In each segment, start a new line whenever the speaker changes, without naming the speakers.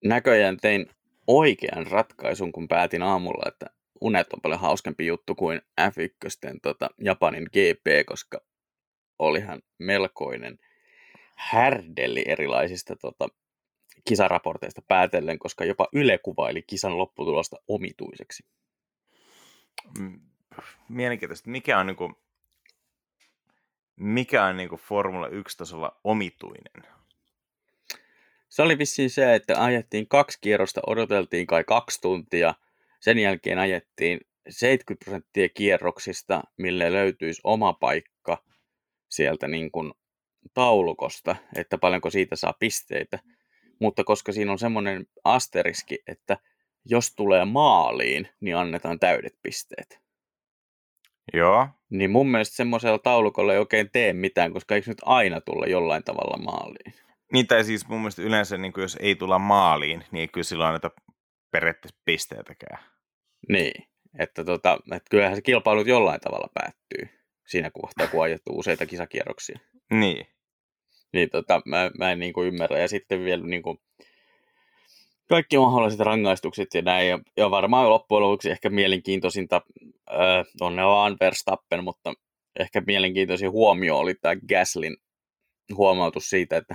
näköjään tein oikean ratkaisun, kun päätin aamulla, että unet on paljon hauskempi juttu kuin F1 Japanin GP, koska olihan melkoinen härdelli erilaisista kisaraporteista päätellen, koska jopa Yle kuvaili kisan lopputulosta omituiseksi.
Mielenkiintoista. Mikä on Formula 1-tasolla omituinen?
Se oli vissiin se, että ajettiin 2 kierrosta, odoteltiin kai 2 tuntia. Sen jälkeen ajettiin 70% kierroksista, mille löytyisi oma paikka sieltä niin kuin taulukosta, että paljonko siitä saa pisteitä. Mutta koska siinä on semmoinen asteriski, että jos tulee maaliin, niin annetaan täydet pisteet.
Joo.
Niin mun mielestä semmoisella taulukolla ei oikein tee mitään, koska eikö nyt aina tulla jollain tavalla maaliin?
Niin, tai siis mun mielestä yleensä, niin jos ei tulla maaliin, niin ei kyllä silloin anneta periaatteessa pisteitäkään.
Niin, että kyllähän se kilpailut jollain tavalla päättyy siinä kohtaa, kun ajettu useita kisakierroksia.
Niin.
Niin mä en ymmärrä. Ja sitten vielä kaikki mahdolliset rangaistukset ja näin. Ja varmaan loppujen lopuksi ehkä mielenkiintoisinta on ne vaan Verstappen, mutta ehkä mielenkiintoisin huomio oli tämä Gaslyn huomautus siitä, että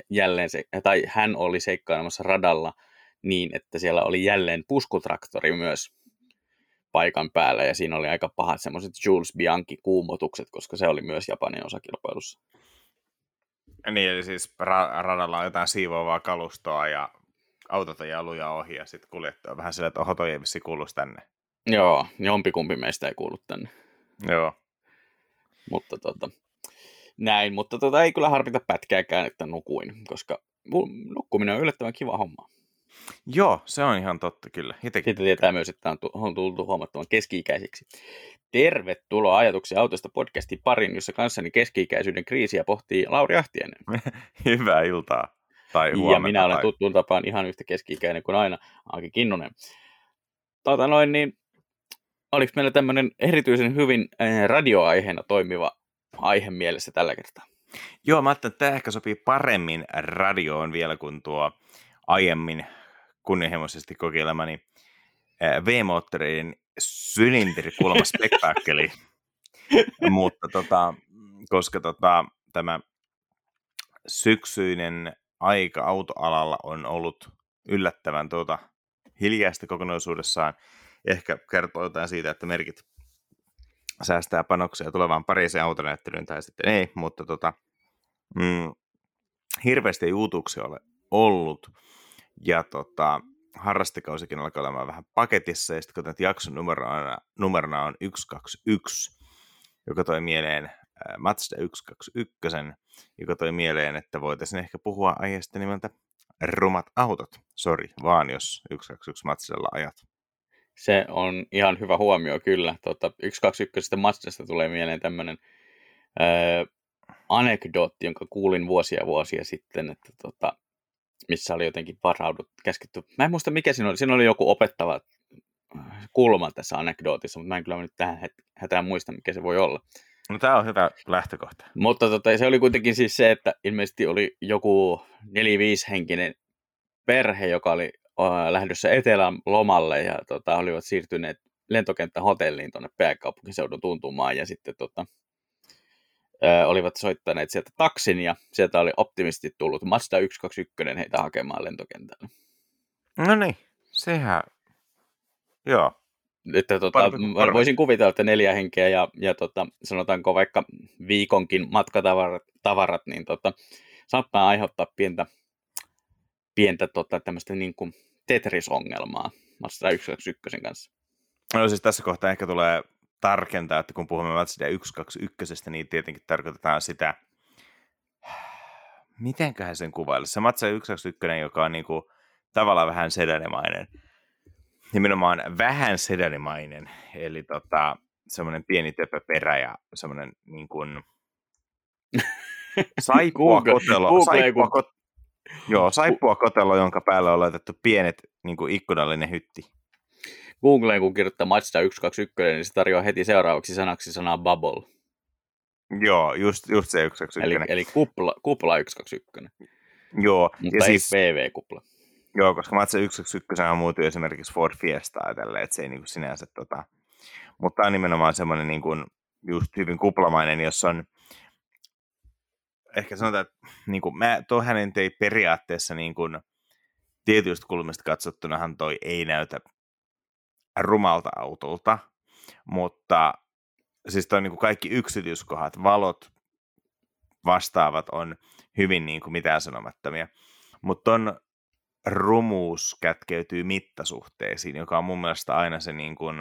hän oli seikkailemassa radalla niin, että siellä oli jälleen puskutraktori myös paikan päällä, ja siinä oli aika pahat semmoiset Jules Bianchi-kuumotukset, koska se oli myös Japanin osakilpailussa.
Niin, eli siis radalla on jotain siivoavaa kalustoa, ja autot ajaa luja ohi, ja sitten kuljettaa vähän sillä, että oho, toi ei vissi kuuluisi tänne.
Joo, jompikumpi meistä ei kuulu tänne.
Joo.
Mutta näin, mutta ei kyllä harvita pätkääkään, että nukuin, koska nukkuminen on yllättävän kiva homma.
Joo, se on ihan totta kyllä.
Sitten tietää myös, että on tultu huomattavan keski-ikäisiksi. Tervetuloa Ajatuksia autosta podcastin parin, jossa kanssani keski-ikäisyyden kriisiä pohtii Lauri Ahtiainen.
Hyvää iltaa. Tai huomenta.
Ja minä olen tuttuun tapaan ihan yhtä keski-ikäinen kuin aina, Aaki Kinnunen. Niin oliko meillä tämmöinen erityisen hyvin radioaiheena toimiva aihe mielessä tällä kertaa?
Joo, mä ajattelin, että tämä ehkä sopii paremmin radioon vielä kuin tuo aiemmin kunnianhimoisesti kokeilemani V-moottoreiden sylinterikulmaspektaakkeli. Mutta koska tämä syksyinen aika autoalalla on ollut yllättävän hiljaista kokonaisuudessaan, ehkä kertoo jotain siitä, että merkit säästää panoksia tulevaan Pariisin autonäyttelyyn tai sitten ei, mutta hirveästi ei uutuuksia ole ollut, ja harrastekausikin alkaa olemaan vähän paketissa, ja sitten kun jakson numerona on 121, joka toi mieleen Mazda 121, joka toi mieleen, että voitaisiin ehkä puhua aiheesta nimeltä rumat autot. Sori, vaan jos 121 Mazdalla ajat.
Se on ihan hyvä huomio, kyllä. 121 Mazdasta tulee mieleen tämmöinen anekdootti, jonka kuulin vuosia sitten, että missä oli jotenkin käsketty. Mä en muista, mikä siinä oli. Siinä oli joku opettava kulma tässä anekdootissa, mutta mä en kyllä nyt tähän hätään muista, mikä se voi olla.
No tämä on hyvä lähtökohta.
Mutta se oli kuitenkin siis se, että ilmeisesti oli joku 4-5-henkinen perhe, joka oli lähdössä etelän lomalle ja olivat siirtyneet lentokenttähotelliin tuonne pääkaupunkiseudun tuntumaan ja sitten olivat soittaneet sieltä taksin ja sieltä oli optimisti tullut Mazda 121 heitä hakemaan lentokentälle.
No niin, sehän, joo.
Että voisin kuvitella, että 4 henkeä ja sanotaanko vaikka viikonkin matkatavarat, niin saattaa aiheuttaa pientä tämmöistä niin kuin Tetris-ongelmaa Mazda 121 kanssa.
No siis tässä kohtaa ehkä tulee tarkentaa, että kun puhumme Mazda 121, niin tietenkin tarkoitetaan sitä, mitenköhän sen kuvailla. Se Mazda 121, joka on niinku tavallaan vähän sedanimainen. Nimenomaan vähän sedanimainen, eli semmoinen pieni töpöperä ja semmoinen niin kuin saippua kotelo, jonka päälle on laitettu pienet niin kuin ikkunallinen hytti.
Googleen kun kirjoittaa Mazda 121, niin se tarjoaa heti seuraavaksi sanaksi sanaa bubble.
Joo, just se 121.
Eli kupla 121.
Joo.
Mutta ja ei
siis,
VV-kupla.
Joo, koska Mazda 111 on muutu esimerkiksi Ford Fiesta ajatellen, että se ei niinku sinänsä mutta tämä on nimenomaan semmoinen niinku just hyvin kuplamainen, jossa on ehkä sanotaan, että niinku, hänen ei periaatteessa niinku, tietystä kulmista katsottunahan toi ei näytä rumalta autolta, mutta siis toi niinku kaikki yksityiskohdat, valot, vastaavat on hyvin niinku mitään sanomattomia, mutta on rumuus kätkeytyy mittasuhteisiin, joka on mun mielestä aina se niin kuin,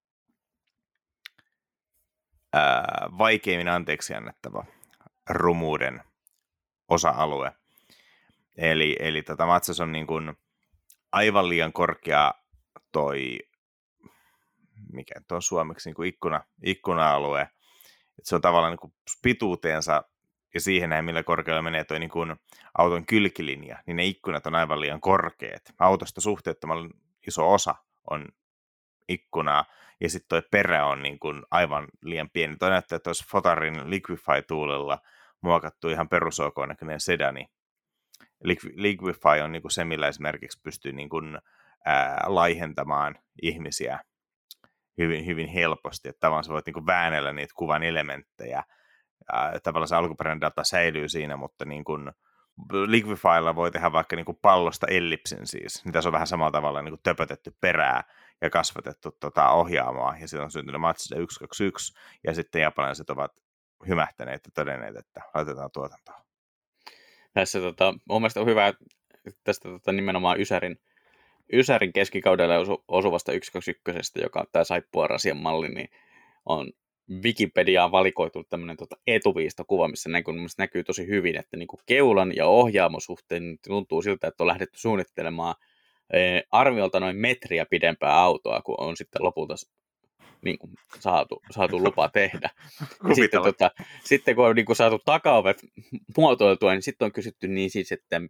vaikeimmin anteeksi annettava rumuuden osa-alue. Eli Matsas on niin kuin aivan liian korkea toi, mikä on suomeksi, niin kuin ikkuna-alue. Et se on tavallaan niin kuin pituuteensa ja siihen näin, millä korkealla menee toi niin kuin auton kylkilinja, niin ne ikkunat on aivan liian korkeat. Autosta suhteettoman iso osa on ikkunaa, ja sitten toi perä on niin kuin aivan liian pieni. Toi näyttää, että olisi Fotarin Liquify-tuulella muokattu ihan perusokonäköinen sedani. Liquify on niin kuin se, millä esimerkiksi pystyy niin kuin, laihentamaan ihmisiä hyvin, hyvin helposti, että tavallaan sä voit niin kuin väännellä niitä kuvan elementtejä. Tavallaan se alkuperäinen data säilyy siinä, mutta niin kuin Liquifylla voi tehdä vaikka niin kuin pallosta ellipsin siis. Niin tässä on vähän samalla tavalla niin kuin töpötetty perää ja kasvatettu ohjaamoa, ja siitä on syntynyt Mazda 121, ja sitten japanilaiset ovat hymähtäneet ja todenneet, että laitetaan tuotantoon.
Tässä mun mielestä on hyvä, että tästä nimenomaan Ysärin keskikaudelle osuvasta 121, joka on tämä saippuarasian malli, niin on Wikipediaan valikoitu tämmöinen etuviistokuva, missä näkyy tosi hyvin, että niin kuin keulan ja ohjaamosuhteen niin tuntuu siltä, että on lähdetty suunnittelemaan arviolta noin metriä pidempää autoa, kun on sitten lopulta niin kuin saatu lupa tehdä. Ja sitten kun on niin kuin saatu takaovet muotoiltua, niin sitten on kysytty niin siis, että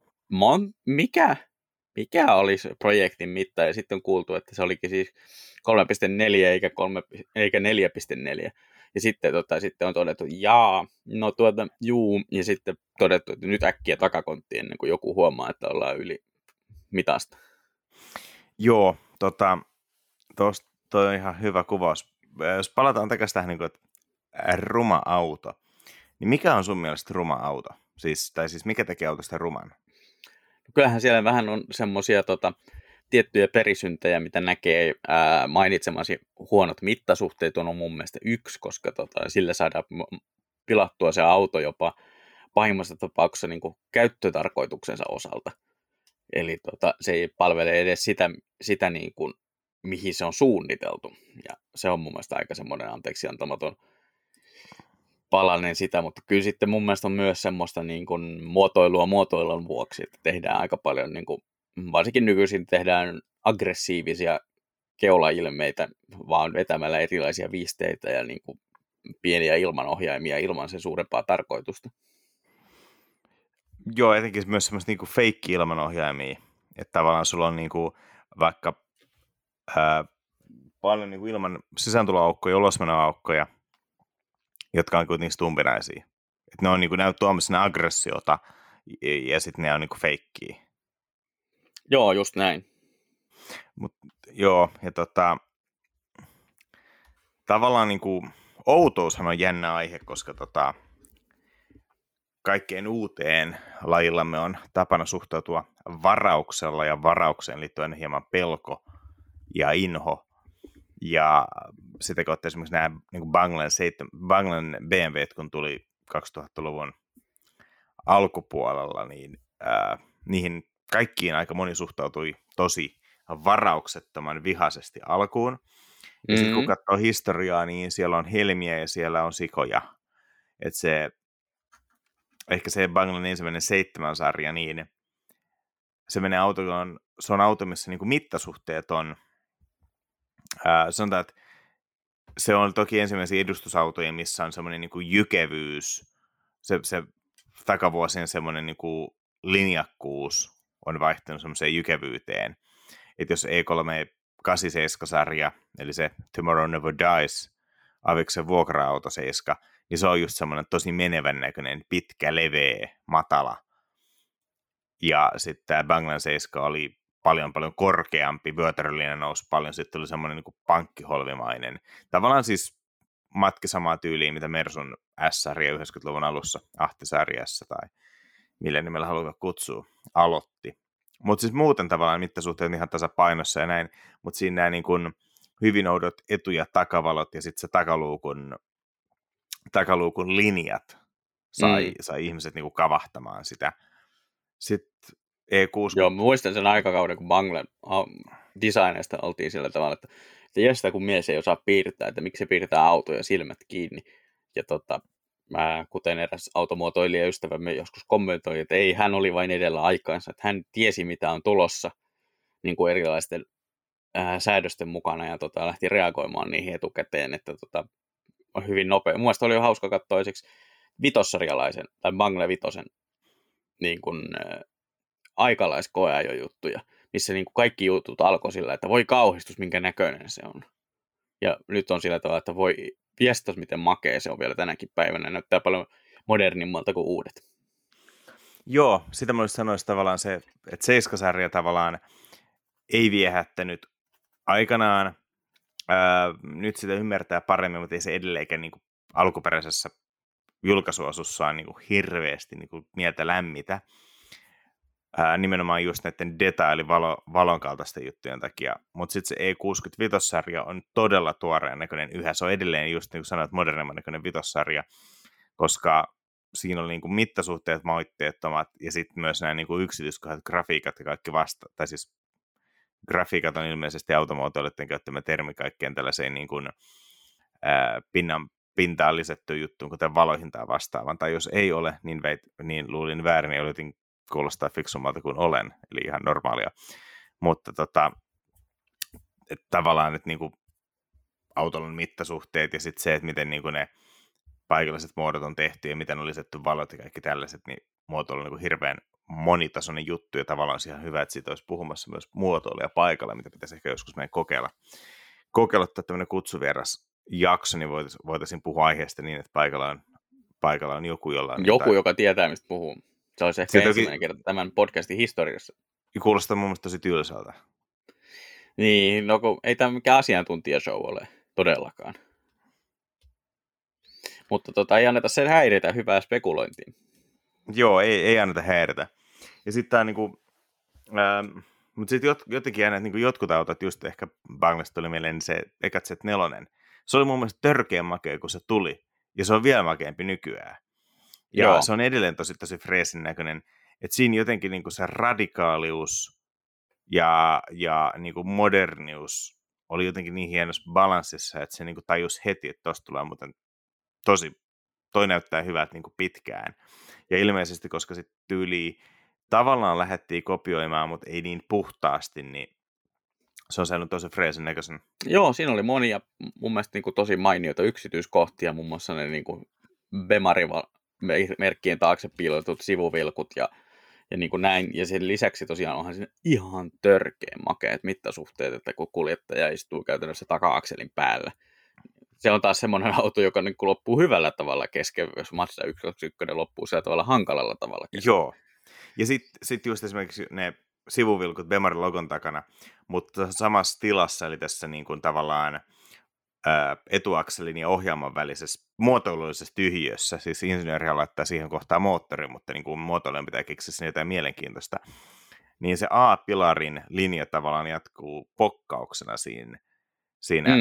mikä olisi projektin mitta, ja sitten on kuultu, että se olikin siis 3.4 eikä 4.4. Ja sitten on todettu, ja sitten todettu, että nyt äkkiä takakontti ennen kuin joku huomaa, että ollaan yli mitasta.
Joo, toi on ihan hyvä kuvaus. Jos palataan takaisin tähän, niin että ruma auto, niin mikä on sun mielestä ruma auto? Siis mikä tekee autosta ruman?
Kyllähän siellä vähän on semmoisia tiettyjä perisyntejä, mitä näkee mainitsemasi huonot mittasuhteet on mun mielestä yksi, koska sillä saadaan pilattua se auto jopa pahimmassa tapauksessa niin kuin käyttötarkoituksensa osalta. Eli se ei palvele edes sitä niin kuin, mihin se on suunniteltu. Ja se on mun mielestä aika semmoinen anteeksiantamaton palanen sitä, mutta kyllä sitten mun mielestä on myös semmoista niin kuin muotoilua muotoilun vuoksi, että tehdään aika paljon, niin kuin, varsinkin nykyisin tehdään aggressiivisia keulailmeitä, vaan vetämällä erilaisia viisteitä ja niin kuin pieniä ilmanohjaimia ilman sen suurempaa tarkoitusta.
Joo, etenkin myös semmoista niinku feikki-ilmanohjaimia, että tavallaan sulla on niinku vaikka paljon niinku ilman sisääntuloaukkoja, ulosmenoaukkoja, jotka on kuitenkin stumpinaisia. Et ne on niinku tuomassa aggressiota, ja sitten ne on niinku feikkiä.
Joo, just näin.
Joo, ja tavallaan niinku outoushan on jännä aihe, koska kaikkeen uuteen lajillamme on tapana suhtautua varauksella, ja varaukseen liittyy aina hieman pelko ja inho. Ja sitä kautta esimerkiksi nämä niin Banglen BMWt, kun tuli 2000-luvun alkupuolella, niin niihin kaikkiin aika moni suhtautui tosi varauksettoman vihaisesti alkuun. Ja sitten kun katsoo historiaa, niin siellä on helmiä ja siellä on sikoja. Että ehkä se Banglen ensimmäinen 7 sarja, niin se menee se on auto, missä niin mittasuhteet on, sanotaan, että se on toki ensimmäisiä edustusautoja, missä on semmoinen niin jykevyys, se takavuosien semmoinen niin linjakkuus on vaihtunut semmoiseen jykevyyteen. Että jos E387-sarja, eli se Tomorrow Never Dies, Aviksen vuokra-auto 7, niin se on just semmoinen tosi menevän näköinen, pitkä, leveä, matala. Ja sitten tämä Banglen 7 oli paljon korkeampi, vyötärölinja nousi paljon, sitten tuli semmoinen niin kuin pankkiholvimainen. Tavallaan siis matki samaa tyyliin, mitä Mersun S-sarja 90-luvun alussa, Ahtisaari S tai millä nimellä halutaan kutsua, aloitti. Mutta siis muuten tavallaan mittasuhteet ihan tasapainossa ja näin, mutta siinä nämä niin kuin hyvin oudot etu- ja takavalot ja sitten se takaluukun linjat sai ihmiset niin kuin kavahtamaan sitä. Sitten E60...
Joo, muistan sen aikakauden, kun Bangle designista oltiin sillä tavalla, että jästä kun mies ei osaa piirtää, että miksi se piirtää autoja silmät kiinni. Ja kuten eräs automuotoilija ystävämme joskus kommentoi, että ei, hän oli vain edellä aikaansa, että hän tiesi mitä on tulossa niin kuin erilaisten säädösten mukana ja lähti reagoimaan niihin etukäteen, että on hyvin nopea. Mun mielestä oli jo hauska katsoa toiseksi vitossarjalaisen tai Bangle vitosen niin kuin, aikalaiskoeajojuttuja, missä niin kuin kaikki jutut alkoi sillä, että voi kauhistus, minkä näköinen se on. Ja nyt on sillä tavalla, että voi viestos, miten makea se on vielä tänäkin päivänä. Näyttää paljon modernimmalta kuin uudet.
Joo, sitä mä sanoisin tavallaan se, että Seiska-sarja tavallaan ei viehättänyt aikanaan. Nyt sitä ymmärtää paremmin, mutta ei se edelleenkään niin kuin alkuperäisessä julkaisuosussaan niin kuin hirveästi niin kuin mieltä lämmitä. Nimenomaan just näiden valon kaltaisten juttujen takia. Mutta sitten se E65-sarja on todella tuoreen näköinen yhä. Se on edelleen just niin kuin sanoit, modernimman näköinen vitossarja, koska siinä oli niin kuin mittasuhteet moitteettomat ja sitten myös nämä niin kuin yksityiskohdat, grafiikat ja kaikki tai siis grafiikat on ilmeisesti automuotoilijoiden käyttämä termi kaikkeen tällaiseen niin kuin, pintaan lisättyä juttuun, kuten valohintaa vastaavan. Tai jos ei ole, niin luulin väärin ja yritin kuulostaa fiksummalta kuin olen, eli ihan normaalia. Mutta että tavallaan että niin kuin autolun mittasuhteet ja sitten se, että miten niin kuin ne paikalliset muodot on tehty ja miten on lisätty valot ja kaikki tällaiset, niin muotoilu on niin kuin hirveän monitasoinen juttu ja tavallaan olisi ihan hyvä, että siitä olisi puhumassa myös muotoiluja paikalla, mitä pitäisi ehkä joskus meidän kokeilla tämmöinen kutsuvieras jakso, niin voitaisiin puhua aiheesta niin, että paikalla on joku, jolla on
joku, joka tietää, mistä puhuu. Se olisi ehkä ensimmäinen kerta tämän podcastin historiassa.
Kuulostaa mun mielestä tosi tylsältä.
Niin, no kun ei tämä mikään asiantuntijashow ole todellakaan. Mutta ei anneta sen häiritä hyvää spekulointia.
Joo, ei anneta häiritä. Ja sitten tämä niinku, mutta sitten jotenkin aina, niinku jotkut autot, just ehkä Banglesta tuli mieleen, niin se eka Z4, se oli mun mielestä törkeän makea, kun se tuli. Ja se on vielä makeampi nykyään. Ja joo, se on edelleen tosi freesin näköinen. Että siinä jotenkin niinku se radikaalius ja niinku modernius oli jotenkin niin hienossa balanssissa, että se niinku tajusi heti, että tosta tulee muuten toi näyttää hyvältä niinku pitkään. Ja ilmeisesti, koska sitten tyyliin tavallaan lähdettiin kopioimaan, mutta ei niin puhtaasti, niin se on säilynyt tosi freesin näköisen.
Joo, siinä oli monia mun mielestä niin kuin tosi mainioita yksityiskohtia, muun muassa ne niin kuin Bemari-merkkien taakse piilotetut sivuvilkut ja niin kuin näin. Ja sen lisäksi tosiaan onhan siinä ihan törkeän makeat mittasuhteet, että kun kuljettaja istuu käytännössä taka-akselin päällä. Se on taas semmoinen auto, joka niin kuin loppuu hyvällä tavalla kesken, jos Mazda 121 loppuu sillä tavalla hankalalla tavalla kesken.
Joo. Ja sitten just esimerkiksi ne sivuvilkut Bemarin logon takana, mutta samassa tilassa, eli tässä niin kuin tavallaan etuakselin ja ohjaaman välisessä muotoilullisessa tyhjössä, siis insinöörihän laittaa siihen kohtaan moottorin, mutta niin kuin muotoilijan pitää keksiä sinne jotain mielenkiintoista, niin se A-pilarin linja tavallaan jatkuu pokkauksena siinä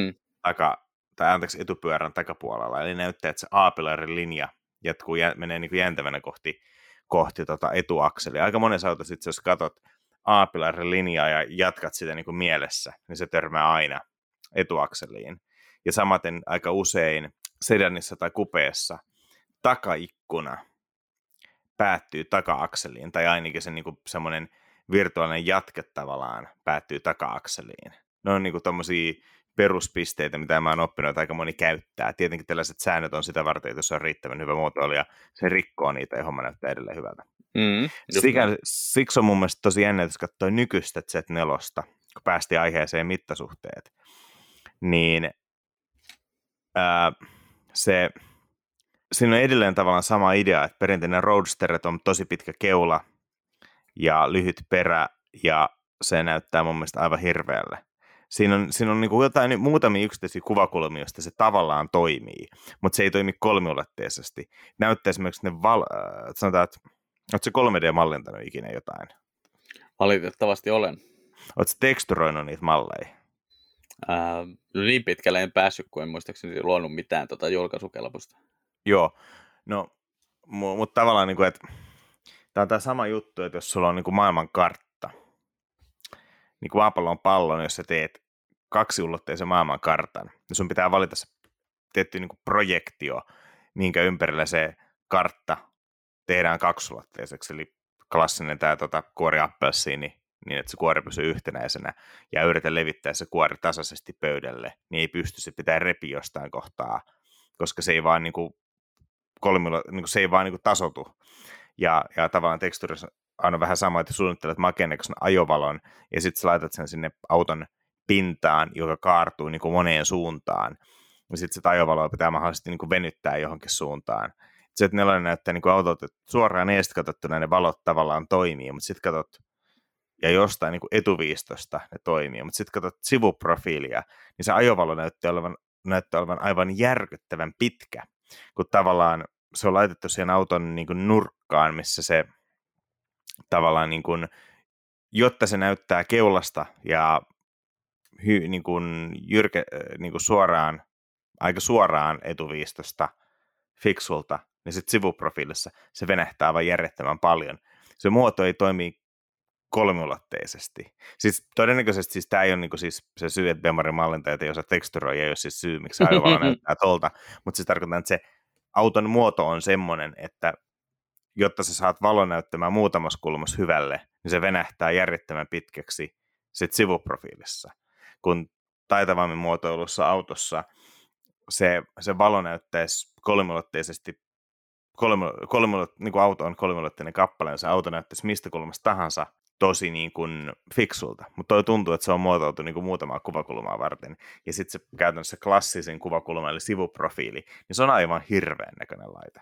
etupyörän takapuolella, eli näyttää, että se A-pilarin linja jatkuu, menee niin kuin jäntävänä kohti etuakselia. Aika monessa autossa itse, jos katsot A-pilarin linjaa ja jatkat sitä niin kuin mielessä, niin se törmää aina etuakseliin. Ja samaten aika usein sedanissa tai kupeessa takaikkuna päättyy taka-akseliin, tai ainakin se niin kuin semmoinen virtuaalinen jatke tavallaan päättyy taka-akseliin. Ne on niin kuin tommosia peruspisteitä, mitä mä oon oppinut, että aika moni käyttää. Tietenkin tällaiset säännöt on sitä varten, että jos on riittävän hyvä muotoilija, se rikkoo niitä ja homma näyttää edelleen hyvältä. Siksi on mun mielestä tosi jännä, jos katsoi nykyistä Z4, kun päästiin aiheeseen mittasuhteet, niin siinä on edelleen tavallaan sama idea, että perinteinen Roadster on tosi pitkä keula ja lyhyt perä ja se näyttää mun mielestä aivan hirveälle. Siinä on niin kuin jotain muutamia yksittäisiä kuvakulmia, joista se tavallaan toimii, mutta se ei toimi kolmiulotteisesti. Näyttää esimerkiksi sanotaan, että oletko se 3D-mallintanut ikinä jotain?
Valitettavasti olen.
Oletko teksturoinut niitä malleja?
No niin pitkälle en päässyt, kun en muistaakseni luonut mitään julkaisukelpoista.
Joo, no, mutta tavallaan, niin kuin, että tämä on tämä sama juttu, että jos sulla on niin kuin maailman kartta, niin kuin maapallon pallon, jos sä teet kaksiulotteisen maailman kartan, niin sun pitää valita se tietty niin kuin projektio, minkä ympärillä se kartta tehdään kaksulotteiseksi, eli klassinen tämä kuori appelsiini, niin että se kuori pysyy yhtenäisenä, ja yritä levittää se kuori tasaisesti pöydälle, niin ei pysty, se pitää repiä jostain kohtaa, koska se ei vaan, se ei vaan tasotu. Ja tavallaan tekstuurissa on vähän sama, että suunnittelet makeennekoisen ajovalon, ja sitten sä laitat sen sinne auton pintaan, joka kaartuu niin kuin moneen suuntaan, ja sitten se ajovaloa pitää mahdollisesti niin kuin venyttää johonkin suuntaan. Z4 näyttää niin kuin autolta, että suoraan eestä katsottuna ne valot tavallaan toimii, mutta sitten katsot, ja jostain niin kuin etuviistosta ne toimii, mutta sitten katsot sivuprofiilia, niin se ajovalo näyttää olevan aivan järkyttävän pitkä, kun tavallaan se on laitettu siihen auton niin kuin nurkkaan, missä se tavallaan, niin kuin, jotta se näyttää keulasta ja niin kuin niin kuin aika suoraan etuviistosta fiksulta, niin sitten sivuprofiilissa se venähtää aivan järjettömän paljon. Se muoto ei toimi kolmiulotteisesti. Siis todennäköisesti siis tämä ei ole niinku siis se syy, että Bemarin mallintajat ei osaa teksturoida, ei ole siis syy, miksi ajovalo näyttää tolta, mutta siis tarkoittaa, että se auton muoto on semmoinen, että jotta sä saat valon näyttämään muutamassa kulmassa hyvälle, niin se venähtää järjettömän pitkäksi sit sivuprofiilissa. Kun taitavammin muotoilussa autossa se valo näyttäisi kolmiulotteisesti, niin kuin auto on kolmiulotteinen kappale, niin se auto näyttäisi mistä kulmasta tahansa tosi niin kuin fiksulta, mutta toi tuntuu, että se on muotoiltu niin kuin muutamaa kuvakulmaa varten, ja sitten se käytännössä klassisen kuvakulma, eli sivuprofiili, niin se on aivan hirveän näköinen laite.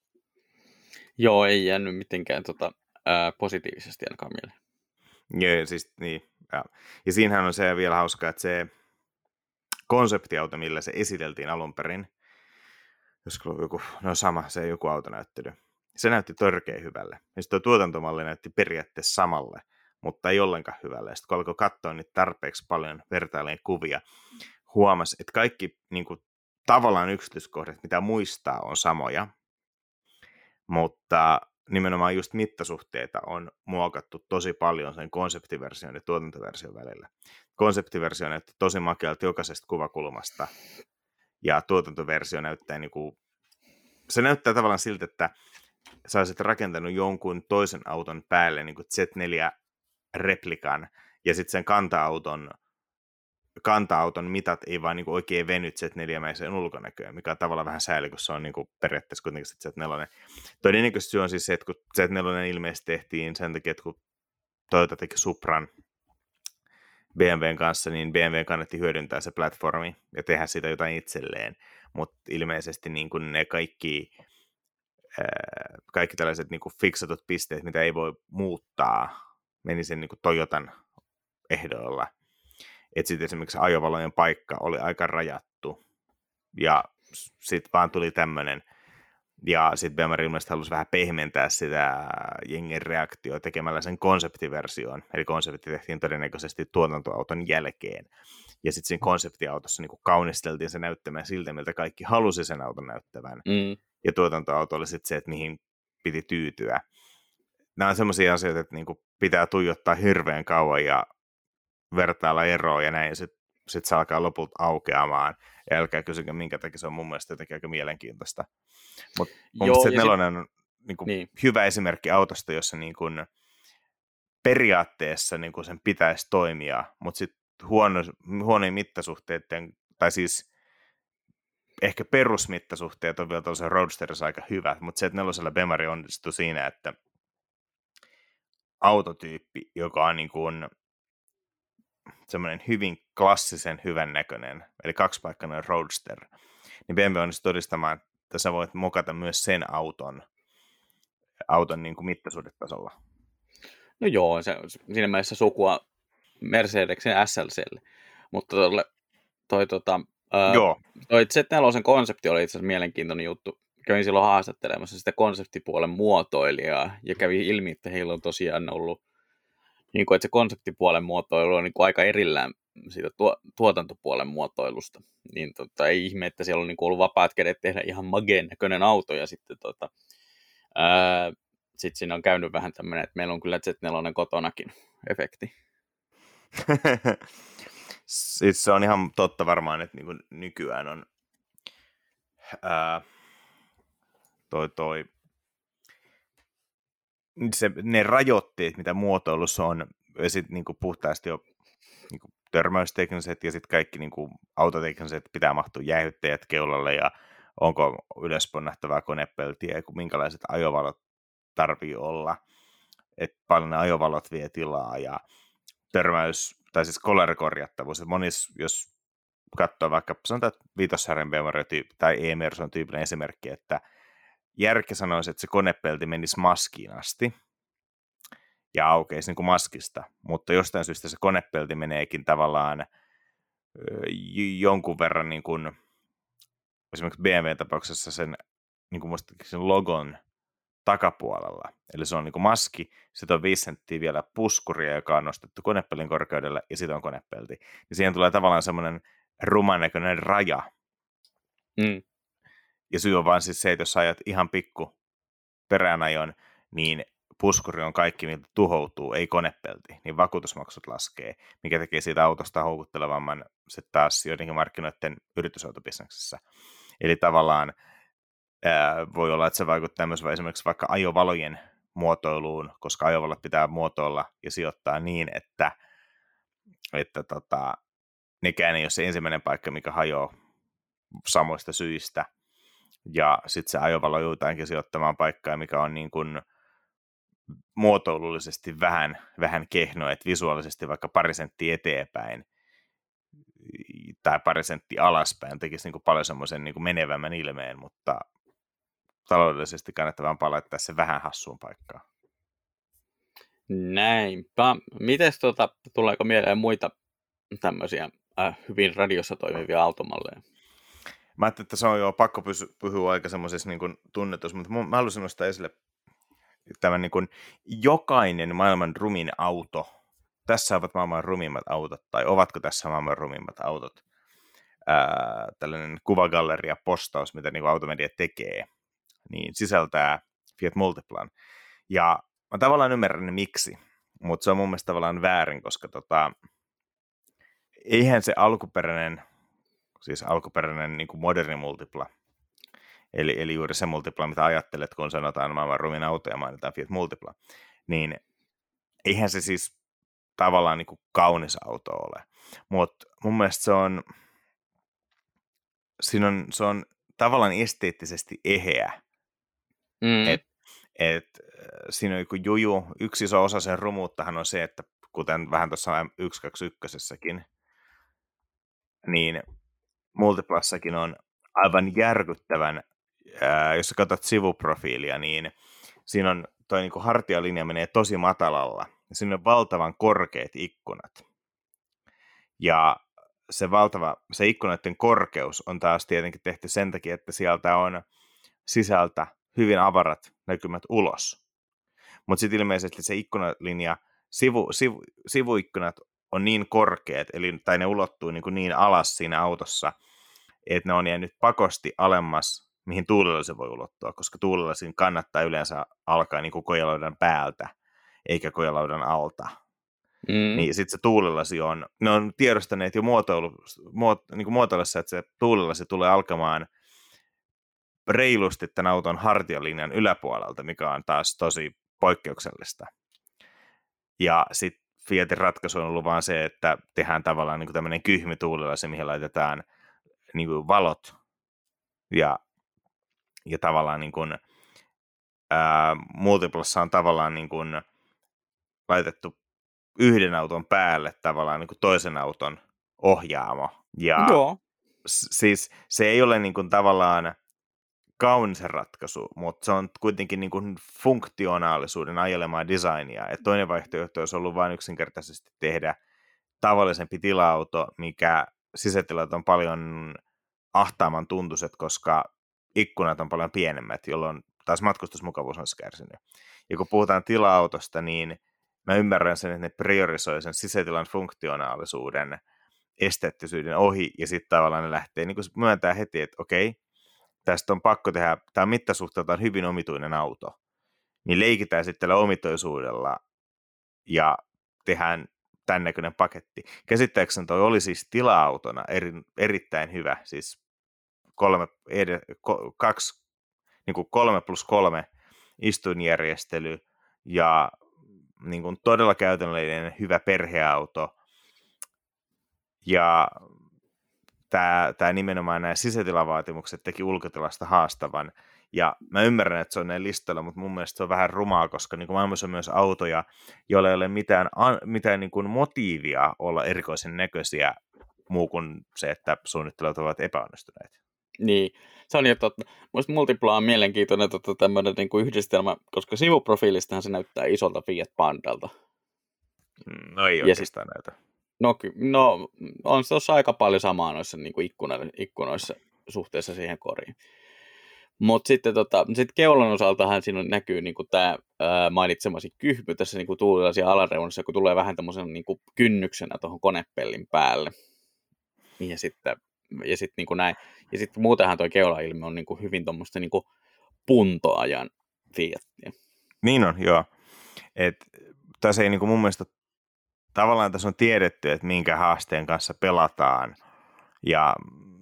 Joo, ei jäänyt mitenkään positiivisesti ainakaan mieleen.
Joo, siis niin. Ja siinähän on se vielä hauska, että se konseptiauto, millä se esiteltiin alun perin, joskus se joku autonäyttely, se näytti törkeän hyvälle. Ja sitten tuo tuotantomalli näytti periaatteessa samalle, mutta ei ollenkaan hyvälle. Ja sitten kun alkoi katsoa niitä tarpeeksi paljon vertaileen kuvia, huomasi, että kaikki niin kuin, tavallaan yksityiskohdat, mitä muistaa, on samoja, mutta nimenomaan just mittasuhteita on muokattu tosi paljon sen konseptiversion ja tuotantoversion välillä. Konseptiversio näytti tosi makealta jokaisesta kuvakulmasta, ja tuotantoversio näyttää se näyttää tavallaan siltä, että sä olisit rakentanut jonkun toisen auton päälle niin kuin Z4-replikan, ja sitten sen kanta-auton mitat ei vaan niin kuin oikein veny Z4-mäiseen ulkonäköön, mikä on tavallaan vähän sääli, kun se on niin kuin periaatteessa kuitenkin Z4. Todennäköisesti syy on siis se, että kun Z4 ilmeisesti tehtiin sen takia, että kun Toyota teki Supran BMWn kanssa, niin BMW kannatti hyödyntää se platformi ja tehdä siitä jotain itselleen, mutta ilmeisesti niin kuin ne kaikki tällaiset niin kuin fiksatut pisteet, mitä ei voi muuttaa, meni sen niin kuin Toyotan ehdoilla. Että sitten esimerkiksi ajovalojen paikka oli aika rajattu, ja sitten vaan tuli tämmöinen, ja sitten BMW ilmeisesti halusi vähän pehmentää sitä jengen reaktioa tekemällä sen konseptiversioon, eli konsepti tehtiin todennäköisesti tuotantoauton jälkeen, ja sitten siinä konseptiautossa niin kuin kaunisteltiin se näyttämään siltä, miltä kaikki halusi sen auton näyttävän, ja tuotantoauto oli sitten se, että mihin piti tyytyä. Nämä on sellaisia asioita, että niin kuin pitää tuijottaa hirveän kauan ja vertailla eroa ja näin, ja sitten se alkaa lopulta aukeamaan, ja älkää kysykö, minkä takia se on mun mielestä jotenkin aika mielenkiintoista. Mutta mun mielestä Z4 on niin. Hyvä esimerkki autosta, jossa niin kuin periaatteessa niin kuin sen pitäisi toimia, mutta sitten huonoja mittasuhteiden, tai siis ehkä perusmittasuhteet on vielä tuollaisen Roadsterissa aika hyvät, mutta Z4 Bemari onnistui siinä, että autotyyppi, joka on niin kuin semmoinen hyvin klassisen hyvän näköinen, eli kaksipaikkainen Roadster, niin BMW onnistui todistamaan, että sä voit mokata myös sen auton niin kuin mittasuhdetasolla.
No joo, siinä mielessä sukua Mercedeksen SLClle. Mutta
Joo.
toi Z4 konsepti oli itse asiassa mielenkiintoinen juttu. Kävin silloin haastattelemassa sitä konseptipuolen muotoilijaa, ja kävi ilmi, että heillä on tosiaan ollut, niin kuin, että se konseptipuolen muotoilu on niin kuin aika erillään siitä tuotantopuolen muotoilusta. Niin ei ihme, että siellä on niin kuin ollut vapaat kädet tehdä ihan mageen näköinen auto, ja sitten sitten siinä on käynyt vähän tämmöinen, että meillä on kyllä Z4 kotonakin efekti.
Siis se on ihan totta varmaan, että niin kuin nykyään on ne rajoitteet, mitä muotoilussa on, ja sitten niin puhtaasti jo niin törmäystekniset ja sitten kaikki niin autotekniset pitää mahtua jäähyttäjät keulalle ja onko ylösponnahtavaa konepeltiä ja minkälaiset ajovalot tarvii olla, että paljon ne ajovalot vie tilaa ja törmäys, tai siis color-korjattavuus. Monissa, jos katsoo vaikka sanotaan viitossarjan BMW tai E-Mersun tyyppinen esimerkki, että järki sanoisi, että se konepelti menisi maskiin asti ja aukeisi niin kuin maskista, mutta jostain syystä se konepelti meneekin tavallaan jonkun verran niin kuin, esimerkiksi BMW-tapauksessa sen, niin kuin sen logon takapuolella. Eli se on niin kuin maski, sitten on 5 senttiä vielä puskuria, joka on nostettu konepelin korkeudelle, ja sitten on konepelti. Ja siihen tulee tavallaan semmoinen ruman näköinen raja.
Mm.
Ja syy on vaan siis se, että jos ajat ihan pikku peräänajon, niin puskuri on kaikki, miltä tuhoutuu, ei konepelti, niin vakuutusmaksut laskee, mikä tekee siitä autosta houkuttelevamman se taas joidenkin markkinoiden yritysautobisneksessä. Eli tavallaan voi olla, että se vaikuttaa myös esimerkiksi vaikka ajovalojen muotoiluun, koska ajovalot pitää muotoilla ja sijoittaa niin, että nekään ei ole se ensimmäinen paikka, mikä hajoaa samoista syistä. Ja sitten se ajovalo joutaankin sijoittamaan paikkaa, mikä on niin kuin muotoilullisesti vähän kehno, että visuaalisesti vaikka pari senttiä eteenpäin tai pari senttiä alaspäin tekisi niin kuin paljon semmoisen niin kuin menevämmän ilmeen, mutta taloudellisesti kannattavaa palauttaa se vähän hassuun paikkaan.
Näinpä. Mites tuleeko mieleen muita tämmöisiä hyvin radiossa toimivia automalleja?
Mä ajattelin, että se on jo pakko pysyä aika semmoisessa niin kuin tunnetus, mutta mä haluaisin nostaa esille tämän niin kuin jokainen maailman rumin auto. Tässä ovat maailman rumimmat autot, tai ovatko tässä maailman rumimmat autot? Tällainen kuvagalleria-postaus, mitä niin kuin Automedia tekee, niin sisältää Fiat Multiplan. Ja mä tavallaan ymmärrän miksi, mutta se on mun mielestä tavallaan väärin, koska eihän se alkuperäinen niin kuin moderni Multipla, eli juuri se Multipla, mitä ajattelet, kun sanotaan maailman rumin auto ja mainitaan Fiat Multipla, niin eihän se siis tavallaan niin kuin kaunis auto ole. Mutta mun mielestä se on tavallaan esteettisesti eheä. Siinä on joku juju. Yksi iso osa sen rumuuttahan on se, että kuten vähän tuossa M121-säkin, niin Multiplassakin on aivan järkyttävän, jos sä katsot sivuprofiilia, niin siinä on toi niin kuin hartialinja menee tosi matalalla. Ja siinä on valtavan korkeat ikkunat. Ja se ikkunoiden korkeus on taas tietenkin tehty sen takia, että sieltä on sisältä hyvin avarat näkymät ulos. Mutta sitten ilmeisesti se ikkunalinja, sivuikkunat on niin korkeat, tai ne ulottuu niin alas siinä autossa, että ne on jäänyt pakosti alemmas, mihin tuulilasi voi ulottua, koska tuulilasin kannattaa yleensä alkaa niin kuin kojelaudan päältä, eikä kojelaudan alta. Niin sitten se tuulilasi ne on tiedostaneet jo muotoilessa, että se tuulilasi tulee alkamaan reilusti tämän auton hartialinjan yläpuolelta, mikä on taas tosi poikkeuksellista. Ja sitten Fiatin ratkaisu on ollut vaan se, että tehdään tavallaan niin kuin tämmöinen kyhmituulilasi, mihin laitetaan niin kuin valot ja tavallaan niin kuin, Multiplassa on tavallaan niin kuin laitettu yhden auton päälle tavallaan niin kuin toisen auton ohjaamo. Ja siis se ei ole niin kuin tavallaan kaunis ratkaisu, mutta se on kuitenkin niin kuin funktionaalisuuden ajelemaa designia. Et toinen vaihtoehto olisi ollut vain yksinkertaisesti tehdä tavallisempi tila-auto, mikä sisätilat on paljon ahtaamman tuntuiset, koska ikkunat on paljon pienemmät, jolloin taas matkustusmukavuus on kärsinyt. Ja kun puhutaan tila-autosta, niin mä ymmärrän sen, että ne priorisoi sen sisätilan funktionaalisuuden esteettisyyden ohi, ja sitten tavallaan ne lähtee niin myöntää heti, että okei, tästä on pakko tehdä, tämä on mittasuhteeltaan hyvin omituinen auto, niin leikitään sitten tällä omituisuudella ja tehdään tämän näköinen paketti. Käsittääkseni toi oli siis tila-autona erittäin hyvä, siis 3+3 istuinjärjestely ja niin kuin todella käytännöllinen hyvä perheauto. Ja tämä nimenomaan nämä sisätilavaatimukset teki ulkotilasta haastavan. Ja mä ymmärrän, että se on näin listalla, mutta mun mielestä se on vähän rumaa, koska niin kuin maailmassa on myös autoja, joilla ei ole mitään niin kuin motiivia olla erikoisen näköisiä muu kuin se, että suunnittelijat ovat epäonnistuneet.
Niin, se on jo totta. Mielestäni Multipla on mielenkiintoinen tämmöinen niin kuin yhdistelmä, koska sivuprofiilistahan se näyttää isolta Fiat Pandalta.
No ei oikeastaan näytä.
No on se tuossa aika paljon samaa noissa niin kuin ikkunoissa suhteessa siihen koriin. Mutta sitten sit keulan osaltahan siinä näkyy niin kuin tämä mainitsemasi kyhmy tässä niin kuin tuulilaisia alareunassa, kun tulee vähän tämmöisen niin kuin kynnyksenä tuohon konepellin päälle. Ja sitten niin kuin näin. Ja sitten muutenhan tuo keulailme on niin kuin hyvin tuommoista niin kuin puntoajan Fiatia.
Niin on, joo. Tässä ei niin kuin mun mielestä tavallaan tässä on tiedetty, että minkä haasteen kanssa pelataan. Ja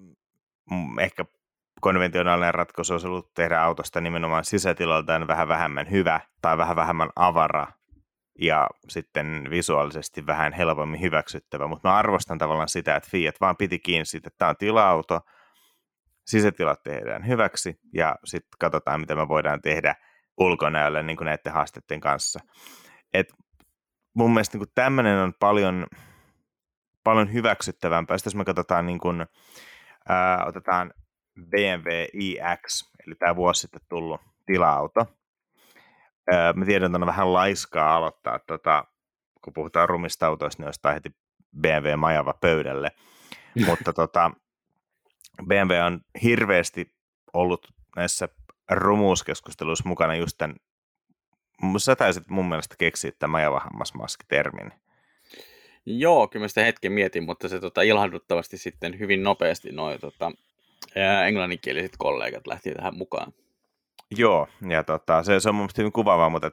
ehkä konventionaalinen ratkaisu olisi ollut tehdä autosta nimenomaan sisätilaltaan vähän vähemmän hyvä tai vähän vähemmän avara ja sitten visuaalisesti vähän helpommin hyväksyttävä. Mutta mä arvostan tavallaan sitä, että Fiat vaan piti kiinni siitä, että tämä on tila-auto, sisätilat tehdään hyväksi ja sitten katsotaan, mitä me voidaan tehdä ulkonäöllä niin kuin näiden haasteiden kanssa. Et mun mielestä niin kuin tämmöinen on paljon hyväksyttävämpää. Sitten jos me katsotaan, niin kuin, otetaan BMW iX, eli tämä vuosi sitten tullut tila-auto. Mä tiedän, että on vähän laiskaa aloittaa, kun puhutaan rumista autoista, niin jostain heti BMW-majava pöydälle. Mutta BMW on hirveästi ollut näissä rumuuskeskusteluissa mukana just tämän, sä taisit mun mielestä keksiä tämän majavahammasmaskitermin.
Joo, kyllä mä sitä hetken mietin, mutta se ilahduttavasti sitten hyvin nopeasti noi englanninkieliset kollegat lähti tähän mukaan.
Joo, ja se on mun mielestä hyvin kuvaavaa, mutta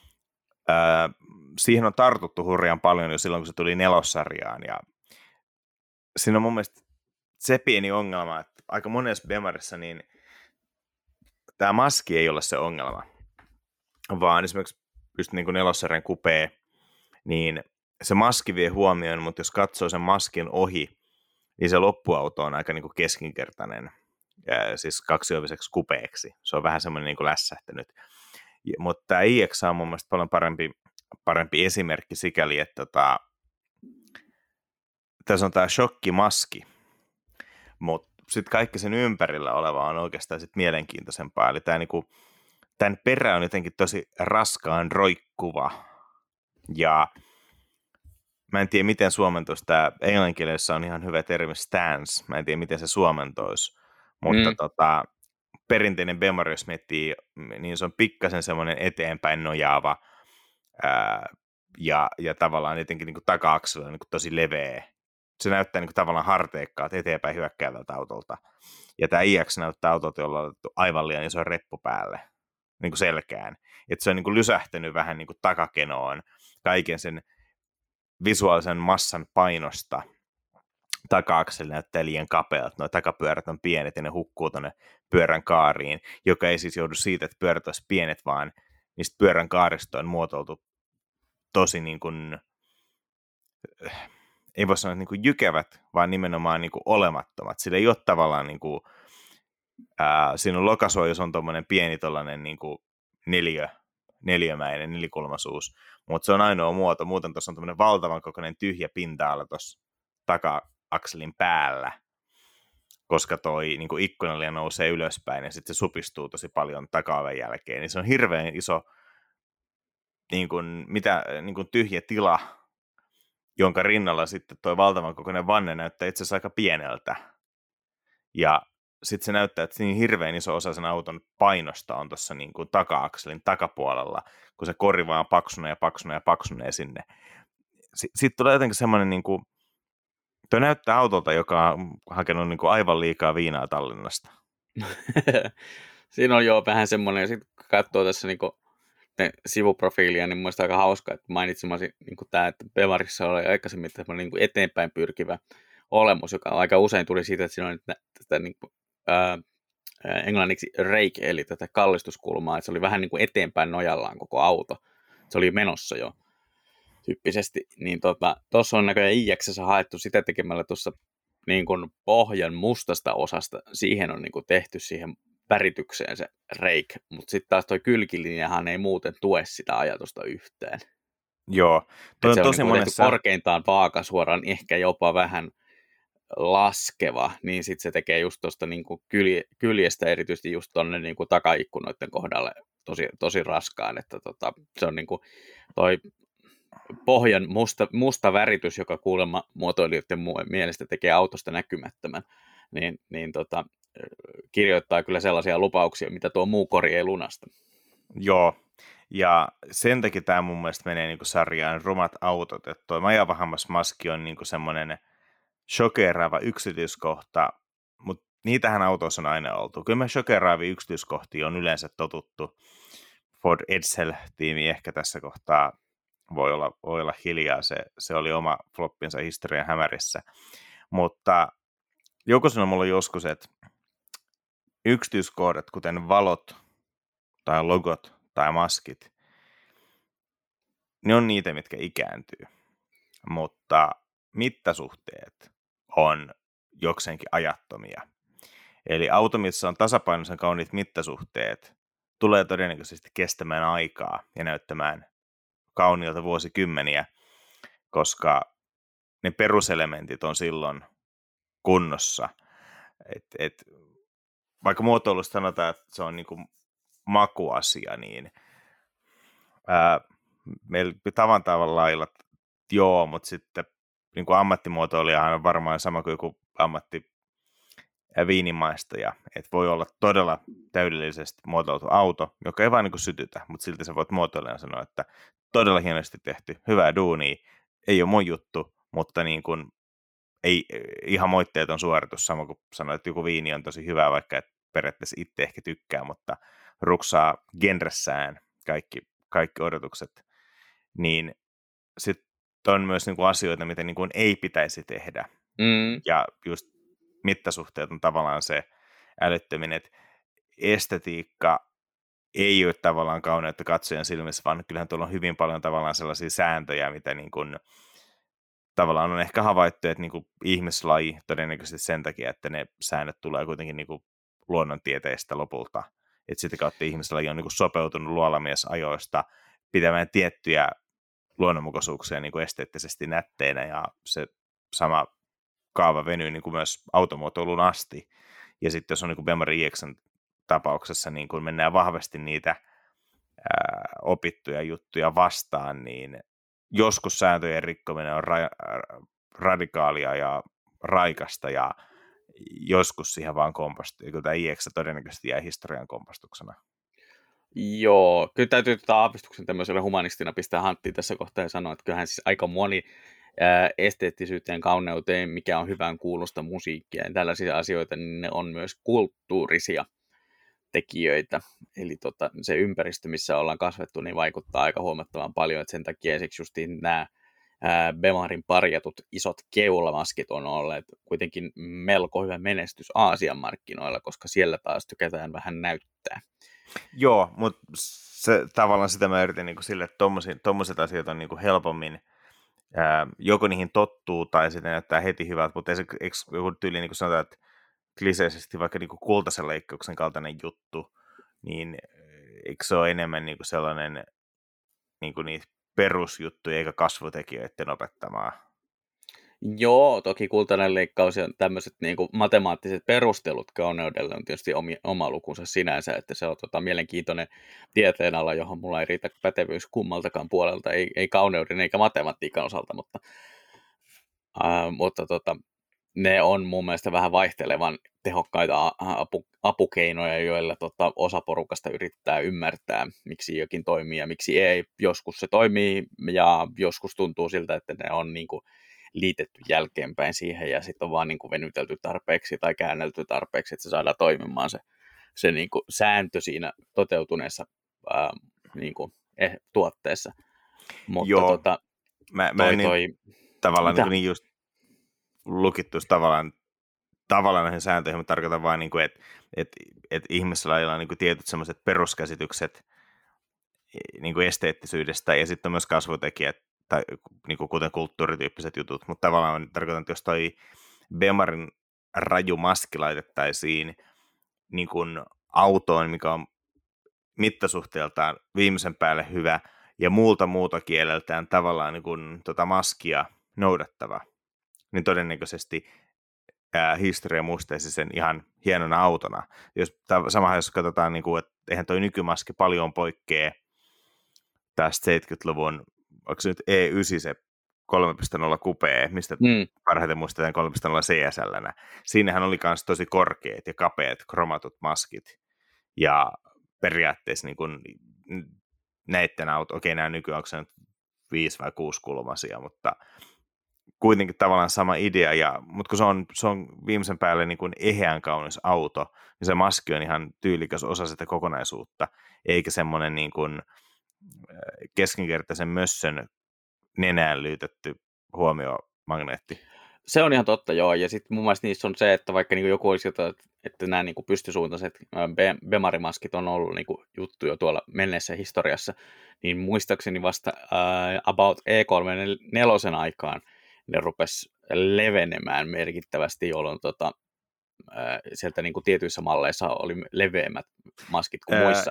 siihen on tartuttu hurjan paljon jo silloin, kun se tuli nelossarjaan, ja siinä on mun mielestä se pieni ongelma, että aika monessa Bemarissa niin tämä maski ei ole se ongelma, vaan esimerkiksi just niin kuin nelossarjan kupee, niin se maski vie huomioon, mutta jos katsoo sen maskin ohi, niin se loppuauto on aika niin kuin keskinkertainen, siis kaksioviseksi kupeeksi. Se on vähän semmoinen niin kuin lässähtänyt. Mutta tämä iX on mun mielestä paljon parempi esimerkki sikäli, että tässä on tämä shokkimaski, mutta sitten kaikki sen ympärillä oleva on oikeastaan sit mielenkiintoisempaa. Eli tämän perä on jotenkin tosi raskaan roikkuva. Ja mä en tiedä, miten suomentoisi. Tämä englanninkielessä on ihan hyvä termi stance. Mä en tiedä, miten se suomentoisi. Mutta perinteinen Bemari, jos miettii, niin se on pikkasen semmoinen eteenpäin nojaava ja tavallaan jotenkin niin kuin taka-akseli on niin kuin tosi leveä. Se näyttää niin kuin tavallaan harteikkaalta eteenpäin hyökkäävältä autolta. Ja tämä iX näyttää autolta, jolla on otettu aivan liian iso reppu päälle, niin kuin selkään. Että se on niin kuin lysähtänyt vähän niin kuin takakenoon kaiken sen visuaalisen massan painosta. Taka-akseli näyttää liian kapealta, nuo takapyörät on pienet ja ne hukkuu tuonne pyörän kaariin, joka ei siis joudu siitä, että pyörät olisi pienet, vaan niistä pyörän kaarista on muotoiltu tosi niin kuin, ei voi sanoa niin kuin jykevät, vaan nimenomaan niin kuin olemattomat. Sillä ei ole tavallaan, niin kuin, siinä on lokasuojus on tuommoinen pieni tollainen niin kuin neliömäinen, nelikulmaisuus, mutta se on ainoa muoto. Muuten tuossa on tuommoinen valtavan kokoinen tyhjä pinta-ala tuossa taka-akselin päällä, koska toi niin kuin ikkunalia nousee ylöspäin ja sitten se supistuu tosi paljon taka-oven jälkeen. Niin se on hirveän iso niin kuin tyhjä tila, jonka rinnalla sitten toi valtavan kokoinen vanne näyttää itse asiassa aika pieneltä. Ja sitten se näyttää, että niin hirveän iso osa sen auton painosta on tuossa niin kuin taka-akselin takapuolella, kun se kori vaan paksunee ja paksunee ja paksunee sinne. Sitten tulee jotenkin semmoinen, niin kuin, toi näyttää autolta, joka on hakenut niin kuin aivan liikaa viinaa Tallinnasta.
Siinä on jo vähän semmoinen, ja sitten kun katsoo tässä niin sivuprofiilia, niin mielestäni aika hauska, että mainitsemasi niin tämä, että Bemarissa oli aikaisemmin tämmöinen niin eteenpäin pyrkivä olemus, joka aika usein tuli siitä, että siinä on tätä niin kuin, englanniksi rake, eli tätä kallistuskulmaa, että se oli vähän niin kuin eteenpäin nojallaan koko auto. Se oli menossa jo tyyppisesti. Niin tuossa on näköjään IX:ssä haettu sitä tekemällä tuossa niin kuin pohjan mustasta osasta. Siihen on niin kuin tehty siihen väritykseen se rake, mutta sitten taas toi kylkilinjahan ei muuten tue sitä ajatusta yhtään.
Joo. Toi on
se
tosi
on niin
monessa...
korkeintaan vaakasuoraan, ehkä jopa vähän laskeva, niin sitten se tekee just tuosta niin kyljestä erityisesti just tuonne niin takaikkunoiden kohdalle tosi raskaan, että se on niin kuin toi pohjan musta väritys, joka kuulemma muotoilijoiden mielestä tekee autosta näkymättömän, niin kirjoittaa kyllä sellaisia lupauksia, mitä tuo muu kori ei lunasta.
Joo, ja sen takia tämä mun mielestä menee niinku sarjaan rumat autot, että tuo majavahammasmaski on niinku semmoinen shokeraava yksityiskohta, mutta niitähän autoissa on aina oltu. Kyllä me shokeraavia yksityiskohtia on yleensä totuttu. Ford Edsel-tiimi ehkä tässä kohtaa voi olla hiljaa, se oli oma floppinsa historian hämärissä. Mutta joku sanoi mulle joskus, että yksityiskohdat, kuten valot tai logot tai maskit, ne on niitä, mitkä ikääntyy. Mutta mittasuhteet on jokseenkin ajattomia. Eli auto, missä on tasapainoisen kauniit mittasuhteet, tulee todennäköisesti kestämään aikaa ja näyttämään kauniilta vuosikymmeniä, koska ne peruselementit on silloin kunnossa. Vaikka muotoilusta sanotaan, että se on niin kuin makuasia, niin meillä tavan lailla joo, mutta sitten niin kuin ammattimuotoilijahan on varmaan sama kuin joku viinimaistaja, että voi olla todella täydellisesti muotoiltu auto, joka ei vaan niin kuin sytytä, mutta silti sä voit muotoilijana sanoa, että todella hienosti tehty, hyvää duunia, ei ole mun juttu, mutta niin kuin ei ihan moitteeton suoritus, sama kuin sanoit, että joku viini on tosi hyvä, vaikka et periaatteessa itse ehkä tykkää, mutta ruksaa genressään kaikki odotukset, niin sitten on myös niin kuin asioita, mitä niin kuin ei pitäisi tehdä. Ja just mittasuhteet on tavallaan se älyttöminen, että estetiikka ei ole tavallaan kauneutta katsojan silmissä, vaan kyllähän tuolla on hyvin paljon tavallaan sellaisia sääntöjä, mitä niin kuin tavallaan on ehkä havaittu, että niin kuin ihmislaji todennäköisesti sen takia, että ne säännöt tulee kuitenkin niin kuin luonnontieteistä lopulta. Että sitä kautta ihmislaji on niin kuin sopeutunut luolamiesajoista pitämään tiettyjä luonnonmukaisuuksia niin kuin esteettisesti nätteinä, ja se sama kaava venyy niin kuin myös automuotoiluun asti. Ja sitten jos on niin kuin Bemari EX:n tapauksessa niin kuin mennään vahvasti niitä opittuja juttuja vastaan, niin joskus sääntöjen rikkominen on radikaalia ja raikasta, ja joskus siihen vaan kompastuu. Kyllä tämä IX todennäköisesti jää historian kompastuksena.
Joo, kyllä täytyy aavistuksen tämmöiselle humanistina pistää hanttiin tässä kohtaa ja sanoa, että kyllähän siis aika moni esteettisyyteen, kauneuteen, mikä on hyvän kuulosta musiikkia ja tällaisia asioita, niin ne on myös kulttuurisia tekijöitä. Eli se ympäristö, missä ollaan kasvettu, niin vaikuttaa aika huomattavan paljon, että sen takia esimerkiksi justiin nämä Bemarin parjatut isot keulamaskit on olleet kuitenkin melko hyvä menestys Aasian markkinoilla, koska siellä taas tykätään vähän näyttää.
Joo, mutta tavallaan sitä mä yritin niin kuin sille, että tommoset asiat on niin kuin helpommin, joko niihin tottuu tai sitten näyttää heti hyvältä, mutta eikö joku tyyli niin kuin sanotaan, että kliseisesti vaikka niin kuin kultaisen leikkauksen kaltainen juttu, niin eikö se ole enemmän niin kuin sellainen niin kuin niitä perusjuttuja eikä kasvutekijöiden opettamaa?
Joo, toki kultainen leikkaus ja tämmöiset niin kuin matemaattiset perustelut kauneudelle on tietysti oma lukunsa sinänsä, että se on mielenkiintoinen tieteenala, johon mulla ei riitä pätevyys kummaltakaan puolelta, ei kauneuden eikä matematiikan osalta, mutta mutta ne on mun mielestä vähän vaihtelevan tehokkaita apukeinoja, joilla osa porukasta yrittää ymmärtää, miksi jokin toimii ja miksi ei. Joskus se toimii ja joskus tuntuu siltä, että ne on niin kuin liitetty jälkeenpäin siihen ja sitten on vaan niin kuin venytelty tarpeeksi tai käännelty tarpeeksi, että se saadaan toimimaan se niin kuin sääntö siinä toteutuneessa niin kuin tuotteessa. Mutta
Joo, mä en tavallaan niin just lukittuisi tavallaan näihin sääntöihin, mutta tarkoitan vaan, niin että ihmisellä on niin tietyt sellaiset peruskäsitykset niin esteettisyydestä ja sitten on myös kasvutekijät, tai niin kuten kulttuurityyppiset jutut, mutta tavallaan tarkoitan, että jos toi Bemarin raju maski laitettaisiin niin kuin autoon, mikä on mittasuhteeltaan viimeisen päälle hyvä ja muuta kieleltään tavallaan niin kuin maskia noudattava, niin todennäköisesti historia muistaisi sen ihan hienona autona. Samahan jos katsotaan, niin kuin, että eihän toi nykymaski paljon poikkea tästä 70-luvun, onko se nyt E9 se 3.0 kupee, mistä parhaiten muistetaan 3.0 CSL-nä. Siinähän oli myös tosi korkeat ja kapeat kromatut maskit. Ja periaatteessa niin kuin näitten auto, okei nämä nykyään onko se nyt 5 vai 6 kulmaisia, mutta kuitenkin tavallaan sama idea, mutta kun se on viimeisen päälle niin kuin eheän kaunis auto, niin se maski on ihan tyylikäs osa sitä kokonaisuutta, eikä semmoinen niin kuin keskinkertaisen mössön nenään lyytetty huomiomagneetti.
Se on ihan totta, joo, ja sitten mun mielestä niissä on se, että vaikka niin joku olisi jotain, että nämä niin pystysuuntaiset Bemarimaskit on ollut niin juttu jo tuolla menneessä historiassa, niin muistaakseni vasta about E34 aikaan ne rupesi levenemään merkittävästi, jolloin sieltä niin tietyissä malleissa oli leveämmät maskit kuin muissa.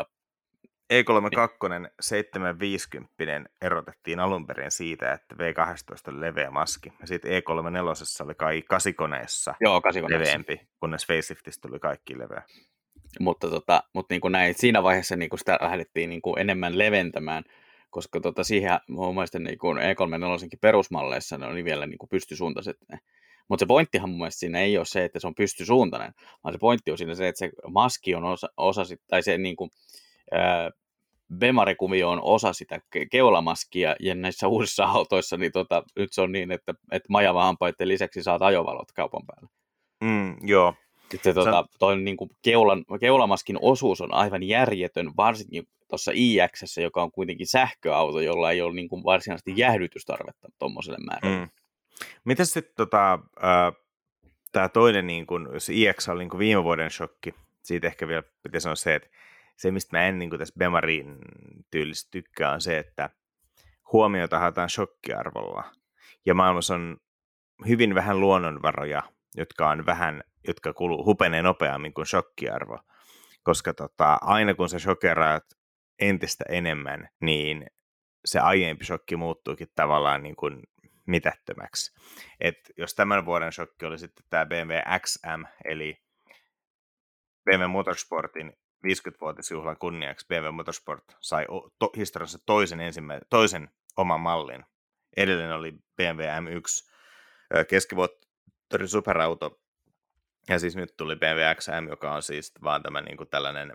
E32 750 erotettiin alun perin siitä, että V12 oli leveä maski. Ja sitten E34 oli kai kasikoneessa leveämpi, kunnes faceliftistä tuli kaikki leveä.
Mutta niin kuin näin, siinä vaiheessa niin kuin sitä lähdettiin niin kuin enemmän leventämään, koska siihen mun mielestä niin kuin E34 perusmalleissa ne oli vielä niin kuin pystysuuntaiset. Mutta se pointtihan mun mielestä siinä ei ole se, että se on pystysuuntainen, vaan se pointti on siinä se, että se maski on osa tai se niin kuin, Bemari-kuvio on osa sitä keulamaskia, ja näissä uusissa autoissa niin nyt se on niin, että majavahampaiden lisäksi saat ajovalot kaupan päällä.
Joo.
Sitten toi niin kuin keulamaskin osuus on aivan järjetön, varsinkin tuossa iX:ssä, joka on kuitenkin sähköauto, jolla ei ole niin kuin varsinaisesti jäähdytystarvetta tuommoiselle määrälle.
Mitäs sitten tämä toinen, niin kun, jos iX oli niin kun viime vuoden shokki, siitä ehkä vielä pitäisi sanoa se, että se, mistä mä en niin tässä Bemarin tyylissä tykkää, on se, että huomiota haetaan shokkiarvolla. Ja maailmassa on hyvin vähän luonnonvaroja, jotka hupenee nopeammin kuin shokkiarvo. Koska aina kun sä shokeraat entistä enemmän, niin se aiempi shokki muuttuukin tavallaan niin kuin mitättömäksi. Et jos tämän vuoden shokki oli sitten tämä BMW XM, eli BMW Motorsportin 50-vuotisjuhlan kunniaksi BMW Motorsport sai historiassa toisen oman mallin. Edellinen oli BMW M1 keskivuottori superauto, ja siis nyt tuli BMW XM, joka on siis vaan tämä niin kuin tällainen,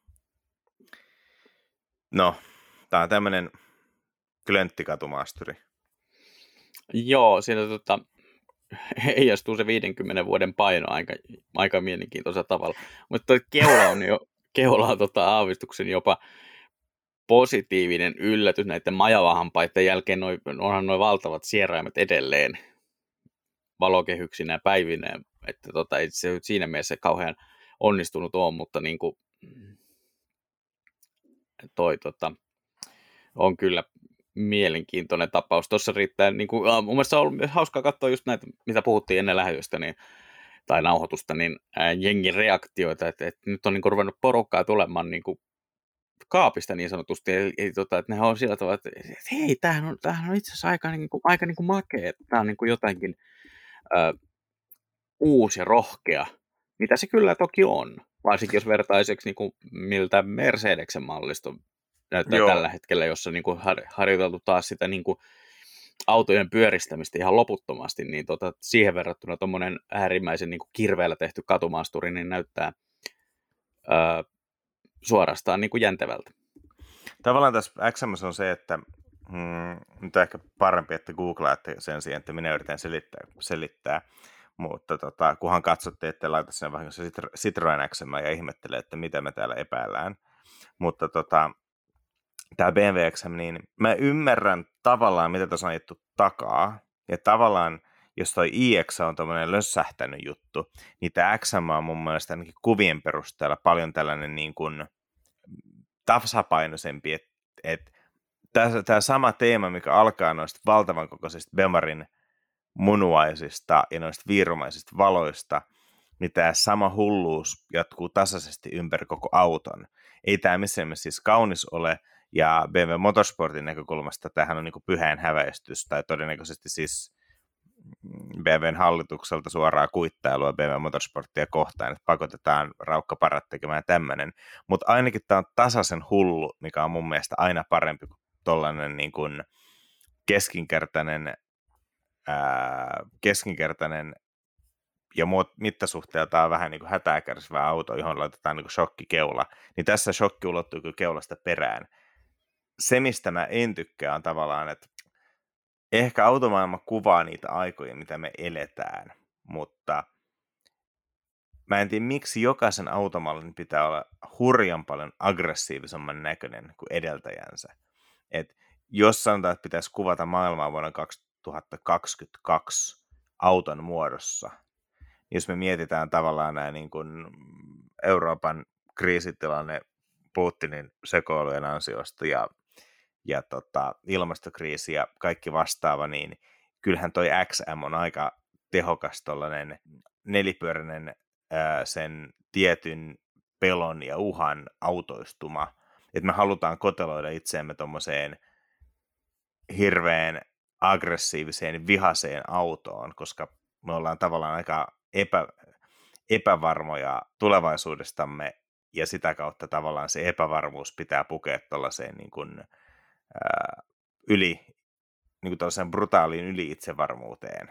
tämä on tämmöinen klönttikatumaasturi. Joo,
siinä heijastuu se 50 vuoden paino aika mielenkiintoisella tavalla. Mutta tuo keula on aavistuksen jopa positiivinen yllätys näiden majavahampaiden jälkeen. Onhan nuo valtavat sieraimet edelleen valokehyksinä ja päivinä, että ei se siinä mielessä kauhean onnistunut ole, mutta niin kuin on kyllä mielenkiintoinen tapaus. Tuossa riittää, niin kuin, mun mielestä on ollut hauskaa katsoa just näitä, mitä puhuttiin ennen lähetystä tai nauhoitusta, niin jengin reaktioita, että nyt on niin kuin ruvennut porukkaa tulemaan niin kuin kaapista niin sanotusti, että ne on sillä tavalla, että hei, tämähän on itse asiassa aika niin kuin makea, että tämä on niin kuin jotenkin uusi ja rohkea, mitä se kyllä toki on, varsinkin jos vertaiseksi niin kuin miltä Mercedeksen mallisto näyttää tällä hetkellä, jossa niin kuin harjoiteltu taas sitä niin kuin autojen pyöristämistä ihan loputtomasti, niin siihen verrattuna tuommoinen äärimmäisen niin kuin kirveellä tehty katumaasturi niin näyttää suorastaan niin kuin jäntevältä.
Tavallaan tässä XMS on se, että nyt on ehkä parempi, että googlaatte sen sijaan, että minä yritän selittää. Mutta kunhan katsotte, että laita sen vähän se Citroen XM ja ihmettelee, että mitä me täällä epäillään. Mutta tämä BMW XM, niin mä ymmärrän tavallaan, mitä tässä on ajettu takaa. Ja tavallaan, jos toi iX on tämmöinen lössähtänyt juttu, niin tämä XM on mun mielestä ainakin kuvien perusteella paljon tällainen niin kuin tasapainoisempi, että tämä sama teema, mikä alkaa noista valtavan kokoisista Bemarin munuaisista ja noista viirumaisista valoista, niin tämä sama hulluus jatkuu tasaisesti ympäri koko auton. Ei tämä missään nimessä siis kaunis ole, ja BMW Motorsportin näkökulmasta tämähän on niin kuin pyhäin häväistys, tai todennäköisesti siis BMWn hallitukselta suoraa kuittailua BMW Motorsporttia kohtaan, että pakotetaan raukkaparat tekemään tämmöinen. Mutta ainakin tämä on tasaisen hullu, mikä on mun mielestä aina parempi kuin tollainen niin kuin keskinkertainen ja mittasuhteeltaan vähän niin kuin hätää kärsivä auto, johon laitetaan niin kuin shokkikeula, niin tässä shokki ulottuu kyllä keulasta perään. Se, mistä mä en tykkää, on tavallaan, että ehkä automaailma kuvaa niitä aikoja, mitä me eletään, mutta mä en tiedä, miksi jokaisen automallin pitää olla hurjan paljon aggressiivisemman näköinen kuin edeltäjänsä. Et jos sanotaan, että pitäisi kuvata maailmaa vuonna 2022 auton muodossa, jos me mietitään tavallaan nämä niin kuin Euroopan kriisitilanne Putinin sekoilujen ansiosta ja ilmastokriisi ja kaikki vastaava, niin kyllähän toi XM on aika tehokas tollainen nelipyöräinen sen tietyn pelon ja uhan autoistuma, että me halutaan koteloida itseämme tommoseen hirveän aggressiiviseen, vihaseen autoon, koska me ollaan tavallaan aika epävarmoja tulevaisuudestamme, ja sitä kautta tavallaan se epävarmuus pitää pukea tuollaiseen niin kuin, niin kuin tuollaiseen brutaaliin yli-itsevarmuuteen.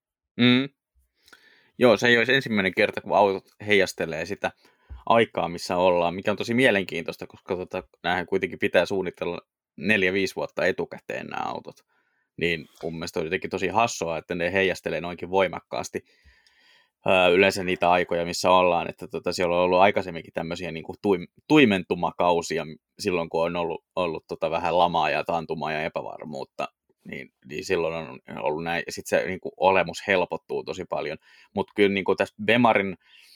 Joo, se ei olisi ensimmäinen kerta, kun autot heijastelee sitä aikaa, missä ollaan, mikä on tosi mielenkiintoista, koska näähän kuitenkin pitää suunnitella 4-5 vuotta etukäteen nämä autot. Niin mun mielestä on jotenkin tosi hassua, että ne heijastelee noinkin voimakkaasti yleensä niitä aikoja, missä ollaan, että siellä on ollut aikaisemminkin tämmöisiä niin kuin tuimentumakausia silloin, kun on ollut vähän lamaa ja taantumaa ja epävarmuutta, niin silloin on ollut näin, ja sitten se niin kuin olemus helpottuu tosi paljon, mutta kyllä niin kuin tässä Bemarin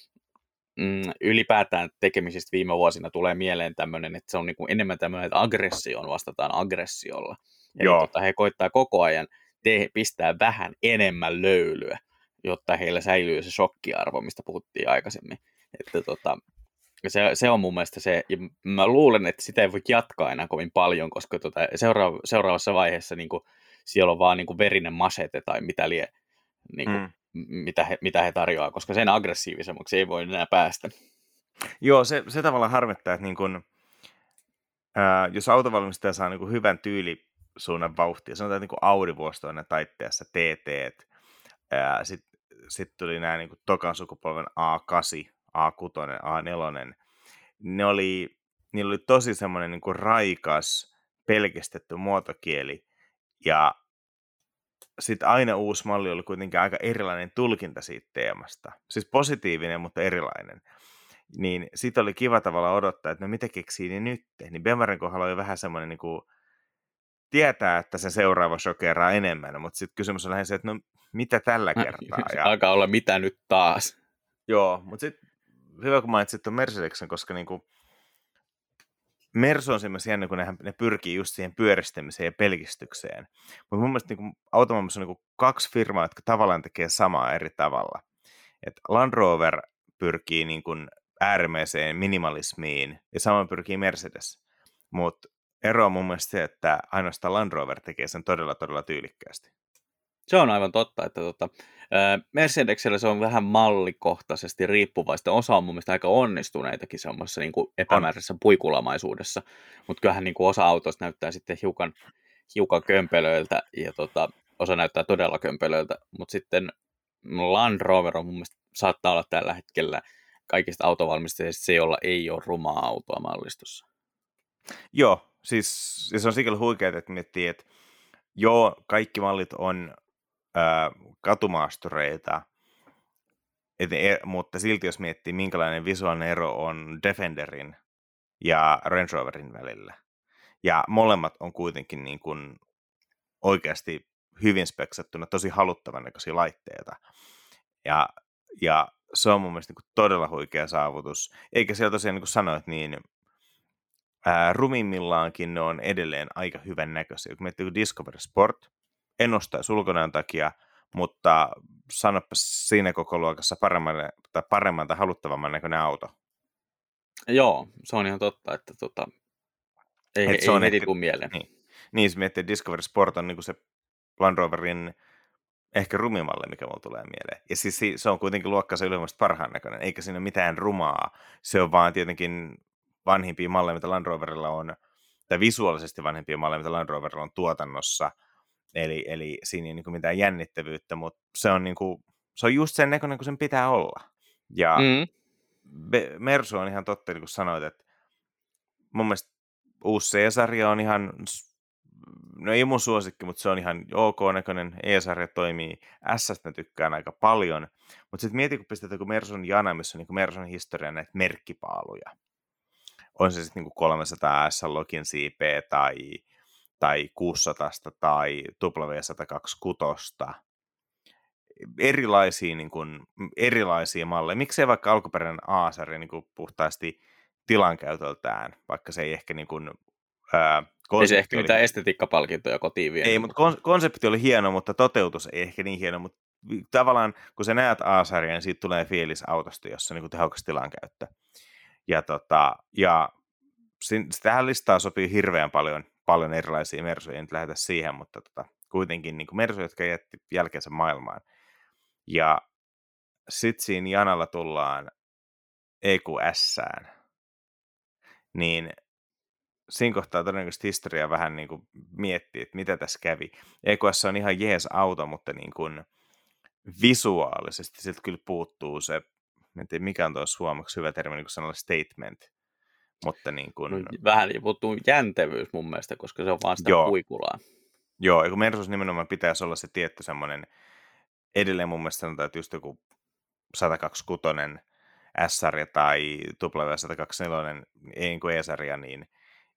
ylipäätään tekemisistä viime vuosina tulee mieleen tämmöinen, että se on niin kuin enemmän tämmöinen, että aggressioon vastataan aggressiolla, eli he koittaa koko ajan pistää vähän enemmän löylyä, jotta heillä säilyy se shokkiarvo, mistä puhuttiin aikaisemmin. Että se on mun mielestä se, ja mä luulen, että sitä ei voi jatkaa enää kovin paljon, koska seuraavassa vaiheessa niin kuin, siellä on vaan niin kuin verinen machete tai mitä lie, niin kuin, mitä he tarjoaa, koska sen aggressiivisemmaksi ei voi enää päästä.
Joo, se tavallaan harmittaa, että niin kun, jos autovalmistaja saa niin kun hyvän tyylisuunnan vauhtia, sanotaan niin kuin Audi vuostoinen taitteessa TT, sitten tuli nämä niin kuin tokan sukupolven A8, A6, A4, niillä oli tosi semmoinen niin kuin raikas, pelkistetty muotokieli, ja sitten aina uusi malli oli kuitenkin aika erilainen tulkinta siitä teemasta. Siis positiivinen, mutta erilainen. Niin sitten oli kiva tavalla odottaa, että no mitä keksii ne nyt? Niin Bemarin kohdalla oli vähän semmoinen niin kuin tietää, että se seuraava shokeraa enemmän, mutta sitten kysymys on lähinnä se, että no mitä tällä kertaa?
Ja alkaa olla mitä nyt taas.
Joo, mutta sitten hyvä kun mainitsit tuon Mercedeksen, koska niinku Mersu on semmoisia jännä, kun ne pyrkii just siihen pyöristämiseen ja pelkistykseen. Mutta mun mielestä niinku automaailmassa on niinku 2 firmaa, jotka tavallaan tekee samaa eri tavalla. Et Land Rover pyrkii niinku äärimmäiseen minimalismiin ja samoin pyrkii Mercedes. Mutta ero on mun mielestä se, että ainoastaan Land Rover tekee sen todella, todella tyylikkäästi.
Se on aivan totta, että Mercedesellä se on vähän mallikohtaisesti riippuvaista. Osa on mun mielestä aika onnistuneitakin semmoisessa niin kuin epämääräisessä puikulamaisuudessa, mutta kyllähän niin kuin osa autoista näyttää sitten hiukan hiukan kömpelöiltä ja osa näyttää todella kömpelöiltä, mutta sitten Land Rover on mun mielestä saattaa olla tällä hetkellä kaikista autovalmistajista se, jolla ei ole rumaa autoa mallistossa.
Joo, siis se on sikäli huikeaa, että miettii, että joo, kaikki mallit on katumaastureita, mutta silti jos miettii, minkälainen visuaalinen ero on Defenderin ja Range Roverin välillä. Ja molemmat on kuitenkin niin kuin oikeasti hyvin speksattuna, tosi haluttavan näköisiä laitteita. Ja se on mun mielestä niin kuin todella huikea saavutus. Eikä siellä tosiaan, niin kuin sanoit, niin rumimmillaankin ne on edelleen aika hyvän näköisiä. Kun miettii Discovery Sport, en ostaisi ulkonäön takia, mutta sanoppa siinä koko luokassa paremman tai haluttavamman näköinen auto.
Joo, se on ihan totta, että ei heti tule mieleen.
Niin, se miettii, että Discovery Sport on niin kuin se Land Roverin ehkä rumimalle, mikä mulla tulee mieleen. Ja siis se on kuitenkin luokkansa ylemmästä parhaan näköinen, eikä siinä mitään rumaa. Se on vaan tietenkin vanhimpia malleja, mitä Land Roverilla on, tai visuaalisesti vanhempia malleja, mitä Land Roverilla on tuotannossa. Eli siinä ei niin kuin mitään jännittävyyttä, mutta se on just sen näköinen, kuin sen pitää olla. Ja Mersu on ihan totta, niin kuin sanoit, että mun mielestä uusi C-sarja on ihan, no ei mun suosikki, mutta se on ihan ok näköinen. E-sarja toimii. S-stä tykkään aika paljon. Mutta sitten mieti, kun pistetään joku Mersun jana, missä on niin Mersun historian näitä merkkipaaluja. On se sitten niin 300 S-login siipeä tai 600 tai W126. Erilaisia malleja. Miksei vaikka alkuperäinen A-sarja niin kuin puhtaasti tilankäytöltään, vaikka se ei ehkä niin kuin,
ei se ehkä mitään estetiikkapalkintoja kotiin vienyt.
Ei, mutta konsepti oli hieno, mutta toteutus ei ehkä niin hieno, mutta tavallaan kun sä näet A-sarjan, niin siitä tulee fiilis autosta, jossa on niin tehokas tilankäyttö. Ja tähän listaan sopii hirveän paljon erilaisia Mersuja, en nyt lähdetä siihen, mutta kuitenkin niin Mersuja, jotka jätti jälkeensä maailmaan. Ja sitten siinä janalla tullaan EQS:ään, niin siinä kohtaa todennäköisesti historiaa vähän niin kuin miettii, että mitä tässä kävi. EQS on ihan jees auto, mutta niin kuin visuaalisesti siltä kyllä puuttuu se, en tiedä mikä on tuo suomeksi hyvä termi, niin kuin sanalla statement. Mutta niin kuin...
no, vähän puuttuu jäntevyys mun mielestä, koska se on vaan sitä puikulaa.
Joo, ja kun Mersus nimenomaan pitäisi olla se tietty semmoinen, edelleen mun mielestä sanotaan, että just joku 126 S-sarja tai W124, ei niin kuin E-sarja, niin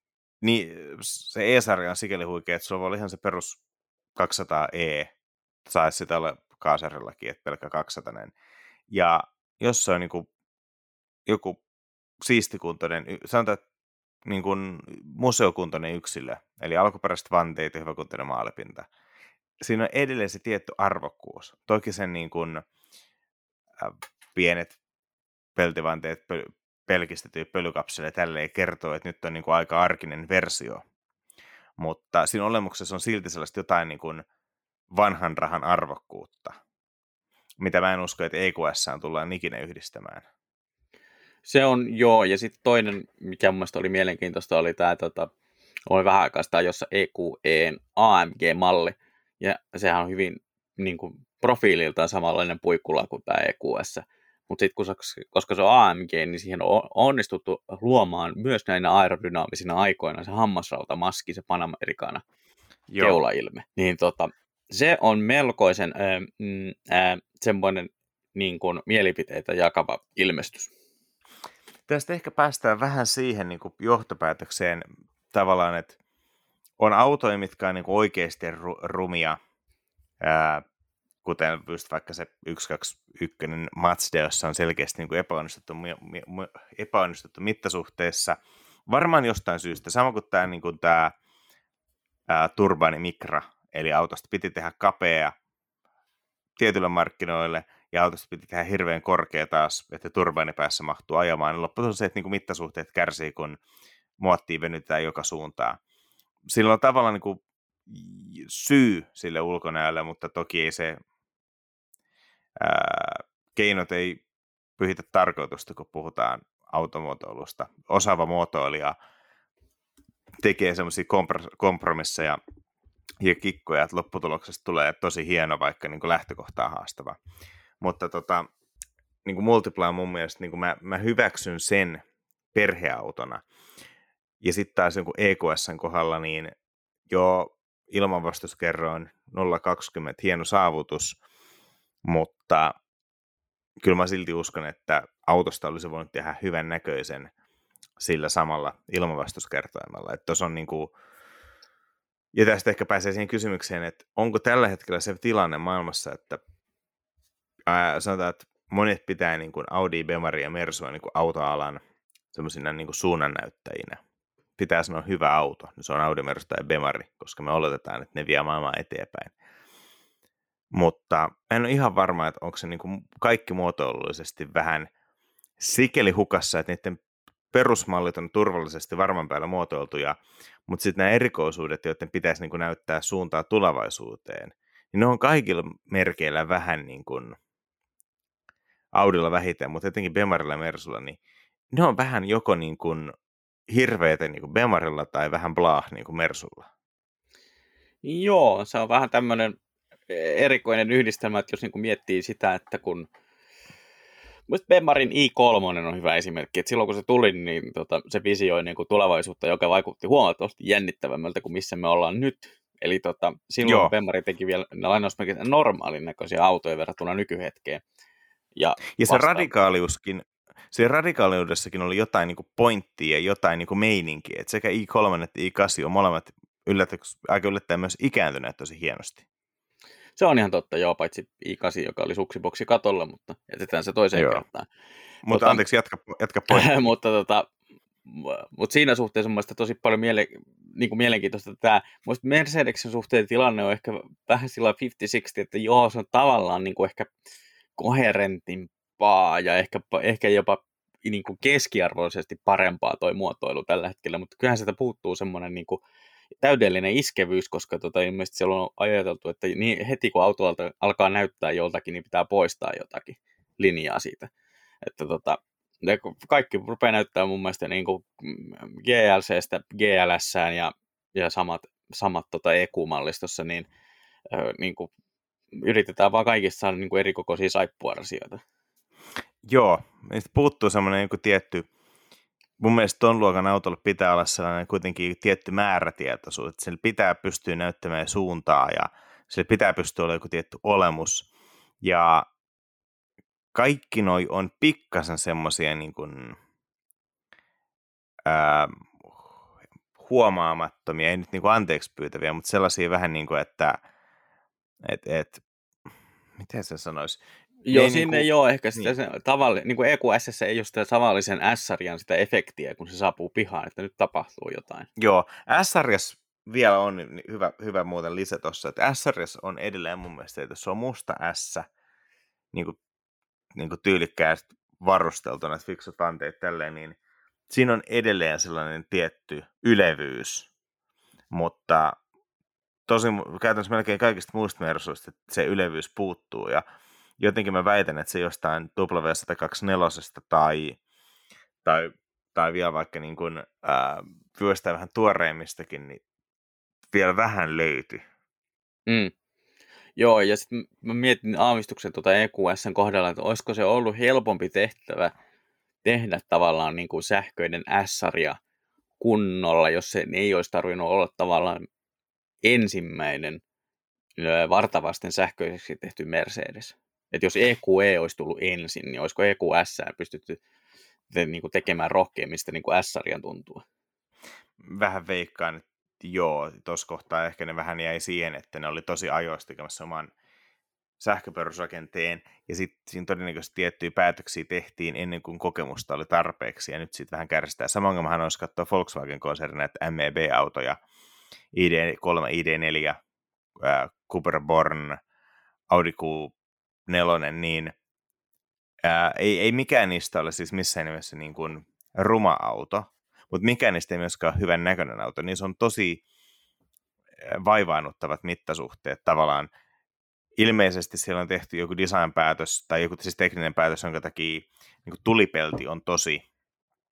se E-sarja on sikäli huikea, että sulla voi olla ihan se perus 200E, saisi sitä olla K-sarjallakin, että pelkkä 200. Ja jos se on niin kuin joku siistikuntoinen, sanotaan, että niin kuin museokuntoinen yksilö, eli alkuperäiset vanteet ja hyväkuntoinen maalepinta, siinä on edelleen se tietty arvokkuus. Toki sen niin kuin, pienet peltivanteet, pelkistetyt pölykapseleja tälleen kertoo, että nyt on niin kuin aika arkinen versio. Mutta siinä olemuksessa on silti sellaista jotain niin kuin vanhan rahan arvokkuutta, mitä mä en usko, että EQS:ään tullaan ikinä yhdistämään.
Se on joo, ja sitten toinen, mikä mun mielestä oli mielenkiintoista, oli tämä, oli vähän aikaa sitä jossa EQEn AMG-malli, ja sehän on hyvin niin kuin, profiililtaan samanlainen puikkula kuin tämä EQS. Mutta sitten koska se on AMG, niin siihen on onnistuttu luomaan myös näinä aerodynaamisina aikoina se hammasrautamaski, se Panamericana keulailme. Niin se on melkoisen semmoinen niin kuin mielipiteitä jakava ilmestys.
Tästä ehkä päästään vähän siihen niin kuin johtopäätökseen tavallaan, että on autoja, mitkä on niin kuin oikeasti rumia, kuten just vaikka se 121 Mazda, jossa on selkeästi niin kuin epäonnistuttu mittasuhteessa. Varmaan jostain syystä, sama kuin tämä, niin kuin tämä Turbani Micra, eli autosta piti tehdä kapea tietyille markkinoille, ja autosta piti tehdä hirveän korkea taas, että Turbani päässä mahtuu ajamaan. Niin loppuun on se, että niin kuin mittasuhteet kärsii, kun muottiin venytetään joka suuntaan. Sillä on tavallaan niin kuin syy sille ulkonäölle, mutta toki ei se keinot ei pyhitä tarkoitusta, kun puhutaan automuotoilusta. Osaava muotoilija tekee semmoisia kompromisseja ja kikkoja, että lopputuloksesta tulee tosi hieno, vaikka niin kuin lähtökohtaa haastava. Mutta niin kuin Multipla on mun mielestä, niin kuin mä hyväksyn sen perheautona. Ja sitten taas jonkun EQSn kohdalla, niin joo, ilmanvastuskerroin 0,20, hieno saavutus, mutta kyllä mä silti uskon, että autosta olisi voinut tehdä hyvän näköisen sillä samalla ilmanvastuskertoimella. Että tuossa on niin kuin, ja tästä ehkä pääsee siihen kysymykseen, että onko tällä hetkellä se tilanne maailmassa, että sanotaan, että monet pitää niin kuin Audi, Bemari ja Mersua niin kuin autoalan semmoisina niin kuin suunnannäyttäjinä. Pitää sanoa hyvä auto, niin se on Audi, Mersu tai Bemari, koska me oletetaan, että ne vie maailmaa eteenpäin. Mutta en ole ihan varma, että onko se niin kuin kaikki muotoilullisesti vähän sikeli hukassa, että niiden perusmallit on turvallisesti varman päällä muotoiltuja, mutta sitten nämä erikoisuudet, joiden pitäisi niin kuin näyttää suuntaa tulevaisuuteen, niin ne on kaikilla merkeillä vähän niin kuin Audilla vähiten, mutta etenkin Bemarilla ja Mersulla, niin ne on vähän joko niin kuin hirveitä niin kuin Bemarilla tai vähän blah niin kuin Mersulla.
Joo, se on vähän tämmöinen erikoinen yhdistelmä, että jos niin kuin miettii sitä, että kun mielestäni Bemarin i3 on hyvä esimerkki, että silloin kun se tuli, niin se visioi niin kuin tulevaisuutta, joka vaikutti huomattavasti jännittävämmältä kuin missä me ollaan nyt. Eli silloin Bemari teki vielä lainausmerkeissä normaalin näköisiä autoja verrattuna nykyhetkeen. Ja
se radikaaliudessakin oli jotain niin kuin pointtia ja jotain niin kuin meininkiä. Että sekä i3 että i8 on molemmat aika yllättäen myös ikääntyneet tosi hienosti.
Se on ihan totta, joo, paitsi i8, joka oli suksiboksi katolla, mutta jätetään se toiseen kertaan.
Mutta anteeksi, jatka pointtia.
mutta siinä suhteessa on mielestäni tosi paljon niin kuin mielenkiintoista tämä. Mielestäni Mercedesen suhteen tilanne on ehkä vähän sillä 50-60, että joo, se on tavallaan niin kuin ehkä koherentimpaa ja ehkä jopa niin kuin keskiarvoisesti parempaa toi muotoilu tällä hetkellä, mutta kyllähän sieltä puuttuu semmoinen niin kuin täydellinen iskevyys, koska ilmeisesti siellä on ajateltu, että niin heti kun auto alkaa näyttää joltakin, niin pitää poistaa jotakin linjaa siitä. Että kaikki rupeaa näyttää mun mielestä niin kuin GLCstä GLSään ja samat EQ-mallistossa, niin kuin yritetään vaan kaikista saada niin kuin erikokoisia saippuarasioita.
Joo, meistä puuttuu semmoinen joku tietty, mun mielestä ton luokan autolla pitää olla sellainen kuitenkin tietty määrätietoisuus, että sillä pitää pystyä näyttämään suuntaa ja sillä pitää pystyä olemaan joku tietty olemus. Ja kaikki noi on pikkasen semmoisia niin kuin, huomaamattomia, ei nyt niin kuin anteeksi pyytäviä, mutta sellaisia vähän niin kuin, että miten se sanoisi?
Joo, sinne ei ole ehkä sitä niin kuin EQS:ssä ei ole sitä tavallisen S-sarjan sitä efektiä, kun se saapuu pihaan, että nyt tapahtuu jotain.
Joo, S-sarjassa vielä on hyvä muuten lisä tuossa, että S-sarjassa on edelleen mun mielestä, että se on musta S, niin kuin tyylikkäästi varusteltuna, että fiksut vanteet tälleen, niin siinä on edelleen sellainen tietty ylevyys, mutta käytännössä melkein kaikista muista Mersuista se ylevyys puuttuu, ja jotenkin mä väitän, että se jostain W124 tai vielä vaikka niin kuin, vyöstää vähän tuoreimmistakin, niin vielä vähän löytyi.
Joo, ja sitten mä mietin aavistuksen EQS:n kohdalla, että olisiko se ollut helpompi tehtävä tehdä tavallaan niin kuin sähköinen S-sarja kunnolla, jos se ei olisi tarvinnut olla tavallaan ensimmäinen vartavasten sähköiseksi tehty Mercedes. Että jos EQE olisi tullut ensin, niin olisiko EQS pystytty niin kuin tekemään rohkeammista niin kuin S-sarjan tuntua?
Vähän veikkaan, että joo, tuossa kohtaa ehkä ne vähän jäi siihen, että ne oli tosi ajoissa tekemässä oman sähköperusrakenteen, ja sitten siinä todennäköisesti tiettyjä päätöksiä tehtiin ennen kuin kokemusta oli tarpeeksi, ja nyt sitten vähän kärsitään. Sama ongelmahan olisi katsoa Volkswagen-konsernin näitä MEB-autoja, ID3, ID4, Cooper Born, Audi Q4, niin ei mikään niistä ole siis missään nimessä niin kuin ruma auto, mutta mikään niistä ei myöskään ole hyvän näköinen auto, niin se on tosi vaivaannuttavat mittasuhteet tavallaan. Ilmeisesti siellä on tehty joku design-päätös tai joku siis tekninen päätös, jonka takia niin kuin tulipelti on tosi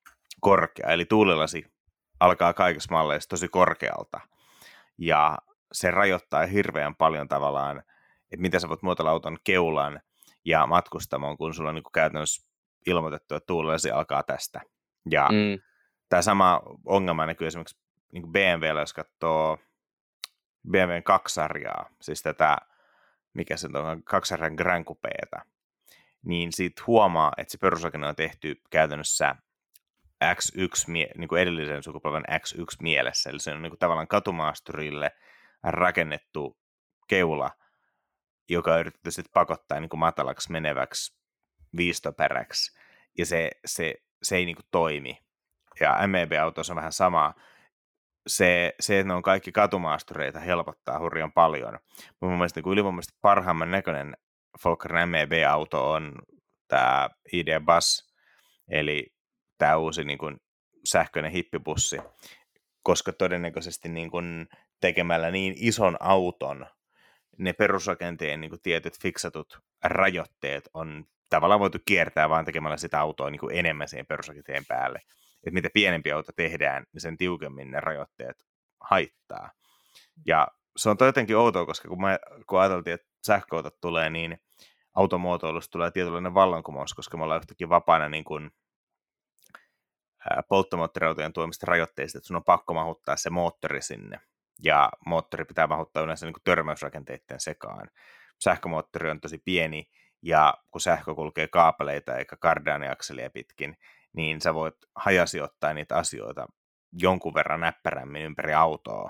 korkea, eli tuulilasi alkaa kaikissa malleissa tosi korkealta. Ja se rajoittaa hirveän paljon tavallaan, että miten sä voit muotoilla auton keulan ja matkustamoon, kun sulla on niin kuin käytännössä ilmoitettu, että tuulilasi alkaa tästä. Ja tämä sama ongelma näkyy esimerkiksi niin BMWllä, jos katsoo BMWn 2-sarjaa, siis tätä, mikä se on, 2-sarjan Grand Coupeeta, niin siitä huomaa, että se perusrakenne on tehty käytännössä X1, niin kuin edellisen sukupolven X1 mielessä, eli se on niin kuin tavallaan katumaasturille rakennettu keula, joka on yritetty sitten pakottaa niin kuin matalaksi meneväksi viistoperäksi, ja se ei niin kuin toimi. Ja MEB-autossa on vähän sama. Se, että ne on kaikki katumaastureita, helpottaa hurjan paljon. Mun mielestä niin ylivoimaisesti parhaimman näköinen Volkkarin MEB-auto on tämä ID Buzz, eli tämä uusi niin kuin sähköinen hippibussi, koska todennäköisesti niin kuin tekemällä niin ison auton ne perusrakenteen niin kuin tietyt fiksatut rajoitteet on tavallaan voitu kiertää vaan tekemällä sitä autoa niin kuin enemmän siihen perusrakenteen päälle. Että mitä pienempi auto tehdään, niin sen tiukemmin ne rajoitteet haittaa. Ja se on jotenkin outoa, koska kun ajateltiin, että sähköautot tulee, niin automuotoilusta tulee tietynlainen vallankumous, koska me ollaan yhtäkkiä vapaana niin kuin polttomoottoriautojen tuomista rajoitteista, että sun on pakko mahuttaa se moottori sinne. Ja moottori pitää mahuttaa yleensä niin kuin törmäysrakenteiden sekaan. Sähkömoottori on tosi pieni, ja kun sähkö kulkee kaapeleita eikä kardaaniakselia pitkin, niin sä voit hajasijoittaa niitä asioita jonkun verran näppärämmin ympäri autoa.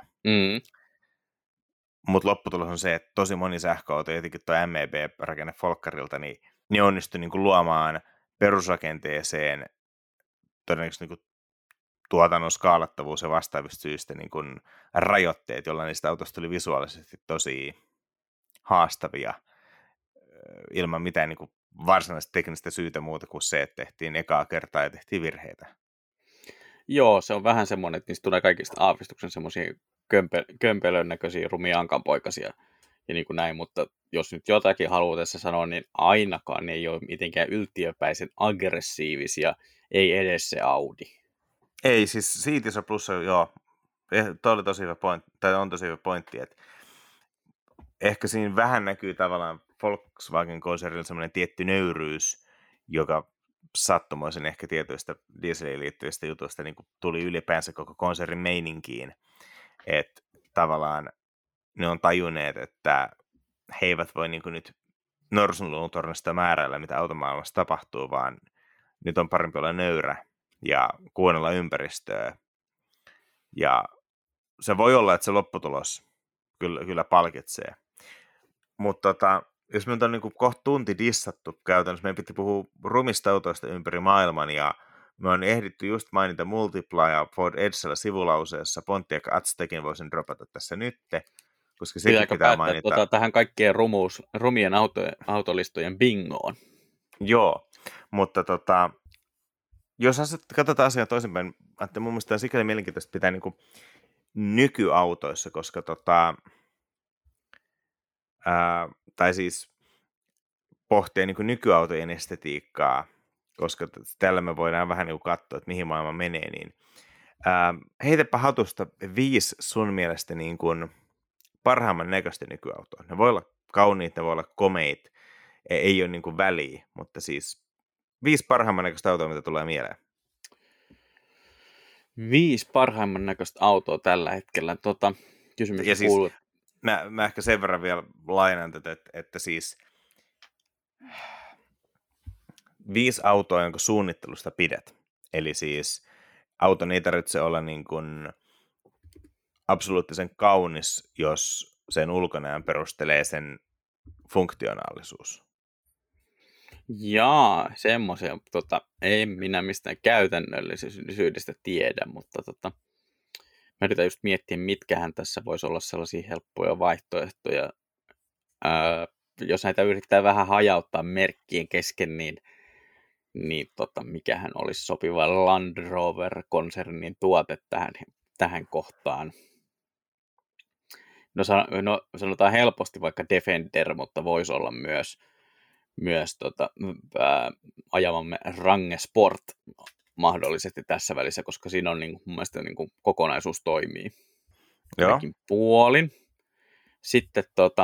Mutta lopputulos on se, että tosi moni sähköauto, jotenkin tuo MEB-rakenne Volkkarilta, niin ne onnistui niin kuin luomaan perusrakenteeseen todennäköisesti niin kuin tuotannon skaalattavuus ja vastaavista syistä niin kuin rajoitteet, joilla niistä autosta tuli visuaalisesti tosi haastavia ilman mitään niin kuin varsinaista teknistä syytä muuta kuin se, että tehtiin ekaa kertaa ja tehtiin virheitä.
Joo, se on vähän semmoinen, että niistä tulee kaikista aavistuksen semmoisia kömpelön näköisiä rumia ankanpoikasia ja niin kuin näin, mutta jos nyt jotakin haluaa tässä sanoa, niin ainakaan ne ei ole mitenkään yltiöpäisen aggressiivisia, ei edes se Audi.
Ei, siis siitä iso plussa, joo, toi oli tosi hyvä pointti, tai on tosi hyvä pointti, että ehkä siinä vähän näkyy tavallaan Volkswagen-konsernilla semmoinen tietty nöyryys, joka sattumoisin ehkä tietyistä dieseliin liittyvistä jutuista niin kuin tuli ylipäänsä koko konsernin meininkiin, että tavallaan ne on tajunneet, että he eivät voi niin kuin nyt norsunluutornista määräillä, mitä automaailmassa tapahtuu, vaan nyt on parempi olla nöyrä ja kuunnella ympäristöä. Ja se voi olla, että se lopputulos kyllä palkitsee. Mutta jos me on niin kohta tunti dissattu käytännössä, meidän piti puhua rumista autoista ympäri maailman, ja me on ehditty just mainita Multipla ja Ford Edgellä sivulauseessa, Pontiac Aztekin voisin dropata tässä nytte, koska sekin pitää mainita.
Tähän kaikkien rumien autolistojen bingoon.
Joo, mutta jos katsotaan asiaa toisinpäin, että mun mielestä on sikäli mielenkiintoista pitää niin kuin nykyautoissa, koska tai siis pohtia niin kuin nykyautojen estetiikkaa, koska tällä me voidaan vähän niin kuin katsoa, että mihin maailma menee, niin heitäpä hatusta 5 sun mielestä niin kuin parhaimman näköistä nykyautoa. Ne voi olla kauniit, ne voi olla komeit, ei ole niin kuin väliä, mutta siis 5 parhaimman näköistä autoa, mitä tulee mieleen.
5 parhaimman näköistä autoa tällä hetkellä. Kysymys ja kuuluu.
Siis, mä ehkä sen verran vielä lainan tätä, että siis 5 autoa, jonka suunnittelusta pidät. Eli siis auton ei tarvitse olla niin kuin absoluuttisen kaunis, jos sen ulkonäön perustelee sen funktionaalisuus.
Jaa, semmoisia. En minä mistään käytännöllisyydestä tiedä, mutta mä yritän just miettiä, mitkähän tässä voisi olla sellaisia helppoja vaihtoehtoja. Jos näitä yrittää vähän hajauttaa merkkien kesken, niin mikähän olisi sopiva Land Rover-konsernin tuote tähän kohtaan. No sanotaan helposti vaikka Defender, mutta voisi olla myös ajamamme Range Sport mahdollisesti tässä välissä, koska siinä on mun mielestä kokonaisuus toimii.
Joo.
Puolin. Sitten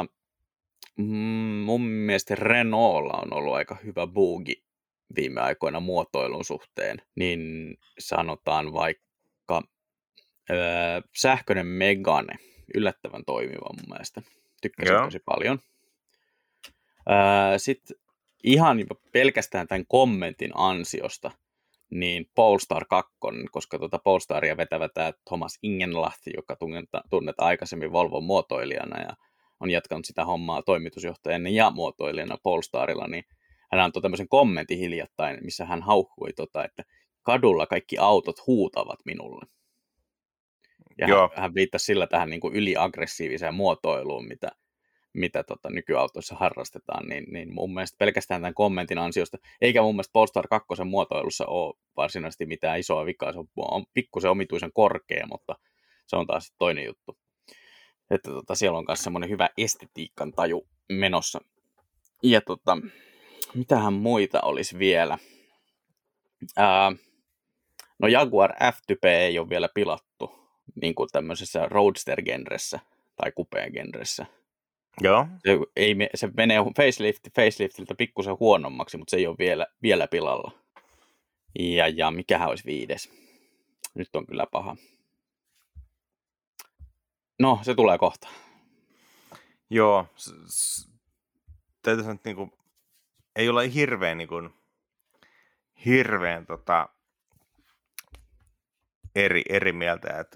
mun mielestä Renaultlla on ollut aika hyvä buugi viime aikoina muotoilun suhteen, niin sanotaan vaikka sähköinen Megane, yllättävän toimiva mun mielestä. Tykkäsin
Joo.
tosi paljon. Sitten ihan pelkästään tämän kommentin ansiosta, niin Polestar 2, koska Polestaria vetävä tämä Thomas Ingenlahti, joka tunnetaan aikaisemmin Volvon muotoilijana ja on jatkanut sitä hommaa toimitusjohtajana ja muotoilijana Polestarilla, niin hän antoi tämmöisen kommentin hiljattain, missä hän haukkui, että kadulla kaikki autot huutavat minulle. Ja hän viittasi sillä tähän niin kuin yliaggressiiviseen muotoiluun, mitä nykyautoissa harrastetaan, niin mun mielestä pelkästään tämän kommentin ansiosta, eikä mun mielestä Polestar 2 muotoilussa ole varsinaisesti mitään isoa vikaa, se on pikkusen omituisen korkea, mutta se on taas toinen juttu. Että siellä on myös semmoinen hyvä estetiikan taju menossa. Ja mitähän muita olisi vielä? No Jaguar F-Type ei ole vielä pilattu, niin kuin tämmöisessä roadster-genressä tai coupé-genressä.
Joo.
Se menee faceliftiltä pikkusen huonommaksi, mutta se ei ole vielä pilalla. Ja mikähän olisi 5? Nyt on kyllä paha. No, se tulee kohta.
Joo. Täytyy sanoa, että niinku, ei ole hirveän eri mieltä. Että,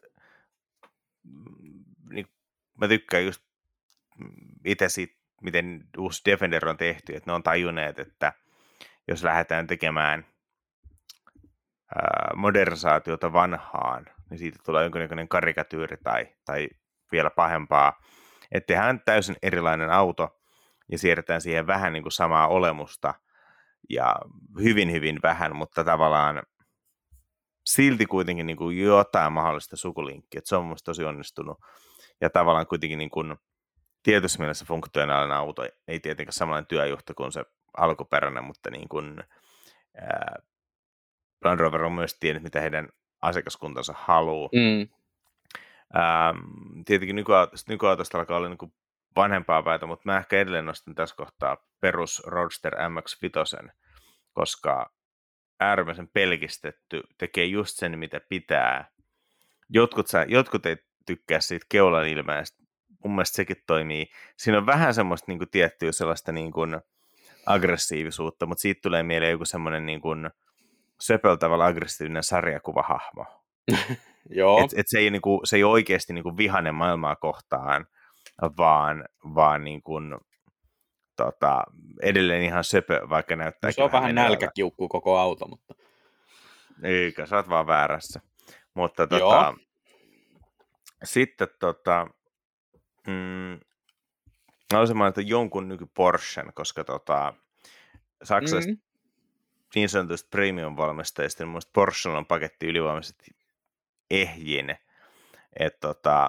niin, mä tykkään just itse siitä, miten uusi Defender on tehty, että ne on tajunneet, että jos lähdetään tekemään modernisaatiota vanhaan, niin siitä tulee jonkinnäköinen karikatyyri tai vielä pahempaa, että tehdään täysin erilainen auto ja siirretään siihen vähän niin kuin samaa olemusta ja hyvin, hyvin vähän, mutta tavallaan silti kuitenkin niin kuin jotain mahdollista sukulinkkiä, että se on mun mielestä tosi onnistunut ja tavallaan kuitenkin niin kuin tietyssä mielessä funktionaalinen auto, ei tietenkään samanlainen työjohto kuin se alkuperäinen, mutta niin kuin Land Rover on myös tiennyt, mitä heidän asiakaskuntansa haluaa. Tietenkin nykyautosta alkaa olla niin kuin vanhempaa päätä, mutta mä ehkä edelleen nostan tässä kohtaa perus Roadster MX-5, koska äärimmäisen pelkistetty, tekee just sen, mitä pitää. Jotkut ei tykkää siitä keulan ilmeestä. Mun mielestä sekin toimii. Siinä on vähän semmoista niin kuin tiettyä sellaista niin kuin aggressiivisuutta, mutta siitä tulee mieleen joku semmoinen niin kuin söpöllä tavalla aggressiivinen sarjakuvahahmo.
Joo.
Se ei oikeasti niin kuin vihainen maailmaa kohtaan, vaan niin kuin, edelleen ihan söpö, vaikka näyttää.
Se on vähän nälkäkiukku koko auto, mutta...
Eikä, sä oot vaan väärässä. Mutta sitten haluaisin mainita jonkun nyky Porschen, koska saksalaiset niin sanotuista premium-valmistajista, niin mielestäni Porschella on paketti ylivoimaisesti ehjin. Että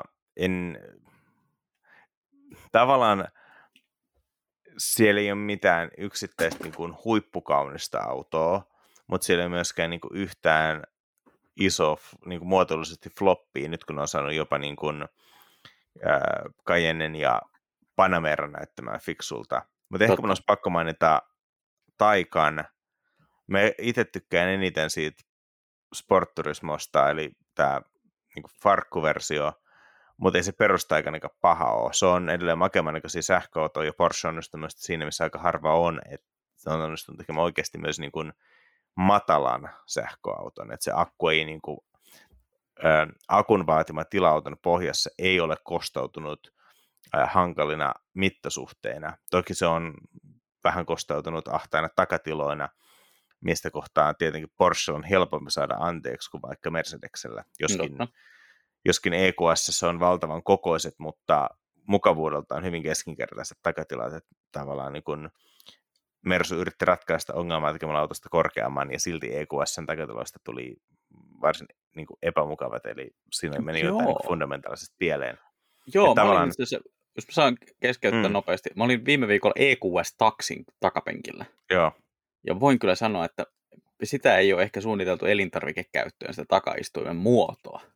tavallaan siellä ei ole mitään yksittäistä niin kuin huippukaunista autoa, mutta siellä ei myöskään niin kuin yhtään iso niin kuin muotoillisesti floppia, nyt kun on saanut jopa niin kuin Cayennen ja Panamera näyttämään fiksulta. Mutta ehkä mun olisi pakko mainita Taycan. Mä itse tykkään eniten siitä Sport-turismosta, eli tämä niin farkkuversio, mutta ei se perustaikanakaan paha ole. Se on edelleen makemman näköisiä sähköautoja, ja Porsche on onnistunut siinä, missä aika harva on, että se on onnistunut tekemään oikeasti myös niin kuin matalan sähköauton, että se akku ei niin kuin, akun vaatima tila-auton pohjassa ei ole kostautunut hankalina mittasuhteina. Toki se on vähän kostautunut ahtaina takatiloina, mistä kohtaa tietenkin Porsche on helpompi saada anteeksi kuin vaikka Mercedeksellä, joskin EQS on valtavan kokoiset, mutta mukavuudeltaan hyvin keskinkertaiset takatilat, että tavallaan niin kuin Mersu yritti ratkaista ongelmaa tekemällä autosta korkeamman, ja silti EQSn takatiloista tuli varsin niin kuin epämukavat, eli siinä meni jotain niin fundamentaalisesti pieleen.
Joo, tavallaan... jos mä saan keskeyttää nopeasti, mä olin viime viikolla EQS-taksin takapenkillä.
Joo.
Ja voin kyllä sanoa, että sitä ei ole ehkä suunniteltu elintarvikekäyttöön, sitä takaistuimen muotoa.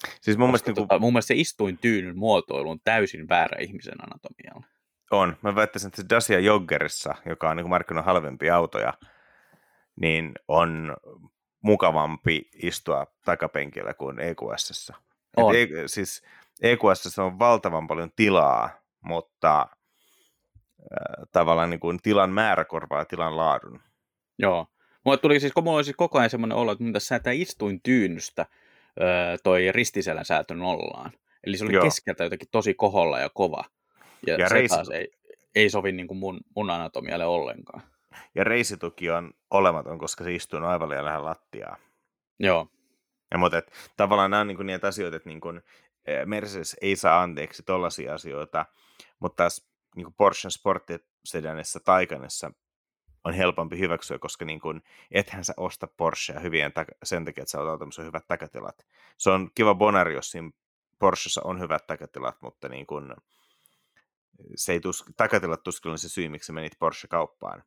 Siis mun mielestä,
Koska mun mielestä se istuintyynyn muotoilu on täysin väärä ihmisen anatomialle.
on. Mä väittäisin, että se Dacia Joggerissa, joka on niin markkinoilla halvempia autoja, niin on mukavampi istua takapenkillä kuin EQS:ssä.
On.
Siis EQS:ssä on valtavan paljon tilaa, mutta tavallaan niin kuin tilan määrä korvaa tilan laadun.
Joo. Mulla oli siis koko ajan semmoinen olo, että tässä tämä istuintyynystä toi ristiselän säätö nollaan. Eli se oli keskeltä jotenkin tosi koholla ja kova. Ja se taas ei sovi niin kuin mun anatomialle ollenkaan.
Ja reisituki on olematon, koska se istuu aivan liian lähellä lattiaa.
Joo.
Ja, mutta tavallaan nämä on niin kuin niitä asioita, että niin kuin Mercedes ei saa anteeksi tollaisia asioita, mutta taas niin kuin Porsche Sportsedanissa Taycanissa on helpompi hyväksyä, koska niin kuin, ethän sä osta Porschea sen takia, että sä otat tämmöisen hyvät takatilat. Se on kiva bonari, jos siinä Porschessa on hyvät takatilat, mutta niin kuin, takatilat tuskin on se syy, miksi menit Porsche-kauppaan.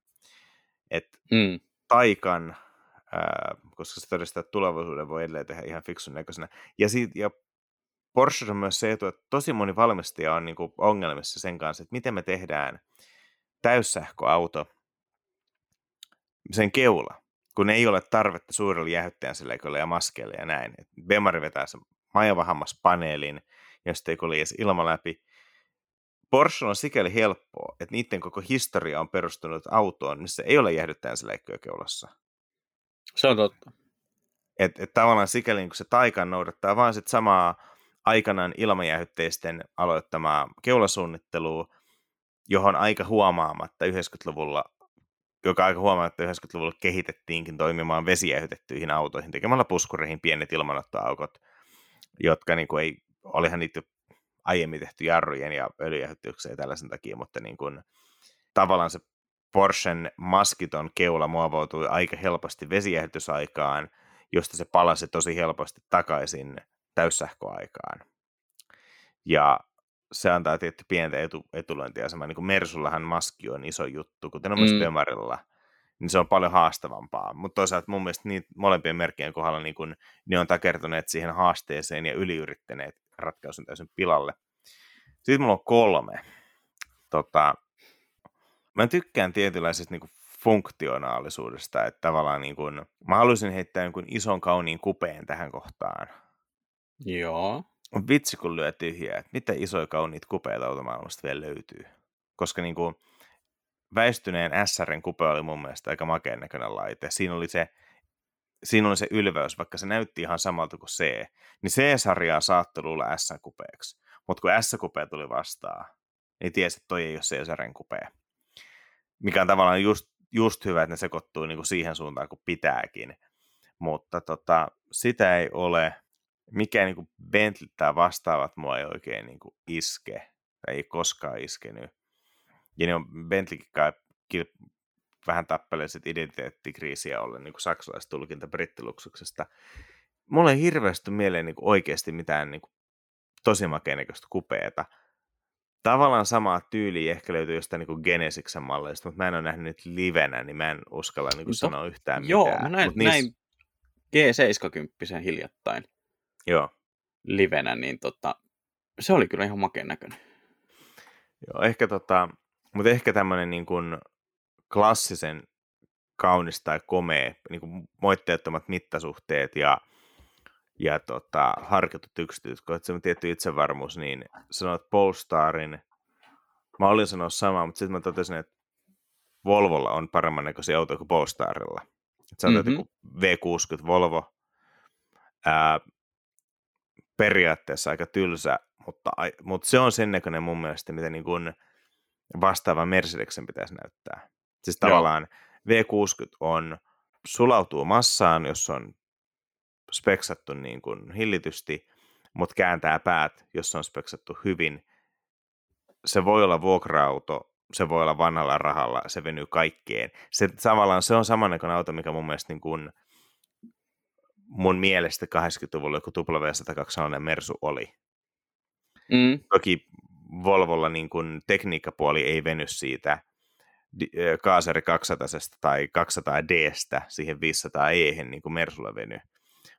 Taycan, koska se todistaa, että tulevaisuuden voi edelleen tehdä ihan fiksun näköisenä. Ja Porsche on myös se etu, että tosi moni valmistaja on niin kuin ongelmissa sen kanssa, että miten me tehdään täyssähköauto sen keula, kun ei ole tarvetta suurelle jäähdyttäjänsileikolle ja maskeille ja näin. Bemari vetää sen majavahammaspaneelin, josta ei kulje edes ilma läpi. Porsche on sikäli helppoa, että niiden koko historia on perustunut autoon, missä ei ole jäähdyttäjänsileikkoja keulassa.
Se on totta.
Että tavallaan sikäli, kun se Taycan noudattaa vaan sit samaa aikanaan ilmajäähytteisten aloittamaa keulasuunnittelua, johon aika huomaamatta 90-luvulla kehitettiinkin toimimaan vesijäähytettyihin autoihin tekemällä puskureihin pienet ilmanottoaukot, jotka niin kuin olihan niitä aiemmin tehty jarrujen ja öljyjäähytyksiä ja tällaisen takia, mutta niin kuin, tavallaan se Porschen maskiton keula muovautui aika helposti vesijäähytysaikaan, josta se palasi tosi helposti takaisin täyssähköaikaan. Ja se antaa tietty pientä etulointiasemaa. Niin kuin Mersullahan maski on iso juttu, kuten on myös Bemarilla, niin se on paljon haastavampaa. Mutta toisaalta mun mielestä molempien merkkien kohdalla niin kun ne on takertuneet siihen haasteeseen ja yliyrittäneet ratkaisun täysin pilalle. Sitten mulla on 3. Mä tykkään tietynlaisesta niin kuin funktionaalisuudesta, että tavallaan niin kuin, mä haluaisin heittää jonkun ison kauniin kupeen tähän kohtaan.
Joo.
Vitsi kun lyö tyhjää, että mitä isoja kauniita kupeita automaailmasta vielä löytyy. Koska niin kuin väistyneen SR:n kupe oli mun mielestä aika makeen näköinen laite. Siinä oli se ylväys, vaikka se näytti ihan samalta kuin C, niin C-sarjaa saattoi luulla S-kupeeksi. Mutta kun S-kupea tuli vastaan, niin tiesi, että toi ei ole C-sarjan kupea. Mikä on tavallaan just hyvä, että ne sekoittuu niinku siihen suuntaan kuin pitääkin. Mutta sitä ei ole. Mikään niinku Bentley tai vastaavat mua ei oikein niinku iske. Tai ei koskaan iskenyt. Ja ne on Bentleykin vähän tappelee sit identiteettikriisiä ollen niin kuin saksalaistulkinta brittiluksuksesta. Mulla ei hirveästi mieleen niin kuin oikeasti mitään niin kuin tosi makeenäköistä kupeeta. Tavallaan samaa tyyliä ehkä löytyy jostain niin kuin Genesiksen malleista, mutta mä en ole nähnyt niitä livenä, niin mä en uskalla niin kuin sanoa yhtään mitään.
Joo, mä näin G70 hiljattain.
Joo.
Livenä, niin se oli kyllä ihan makeen näköinen.
Joo, mutta ehkä tämmöinen niin kuin klassisen kaunis tai komea, niin kuin moitteettomat mittasuhteet ja harkitut yksityiskohdat, se on tietty itsevarmuus, niin sanoit Polestarin, mä olin sanoa samaa, mutta sitten mä totesin, että Volvolla on paremman näköisiä autoja kuin Polestarilla. Se on V60 Volvo, periaatteessa aika tylsä, mutta se on sen näköinen mun mielestä, mitä niin kuin vastaava Mercedesen pitäisi näyttää. Siis tavallaan V60 sulautuu massaan, jos on speksattu niin kuin hillitysti, mutta kääntää päät, jos on speksattu hyvin. Se voi olla vuokra-auto, se voi olla vanhalla rahalla, se venyy kaikkeen. Se on samannäköinen auto, mikä mun mielestä niin kuin mun mielestä 80-luvulla joku W120 Mersu oli. Toki Volvolla niin kuin tekniikkapuoli ei veny siitä Kaaseri 200 tai 200D:stä siihen 500 E:hen niin kuin Mersulla veny.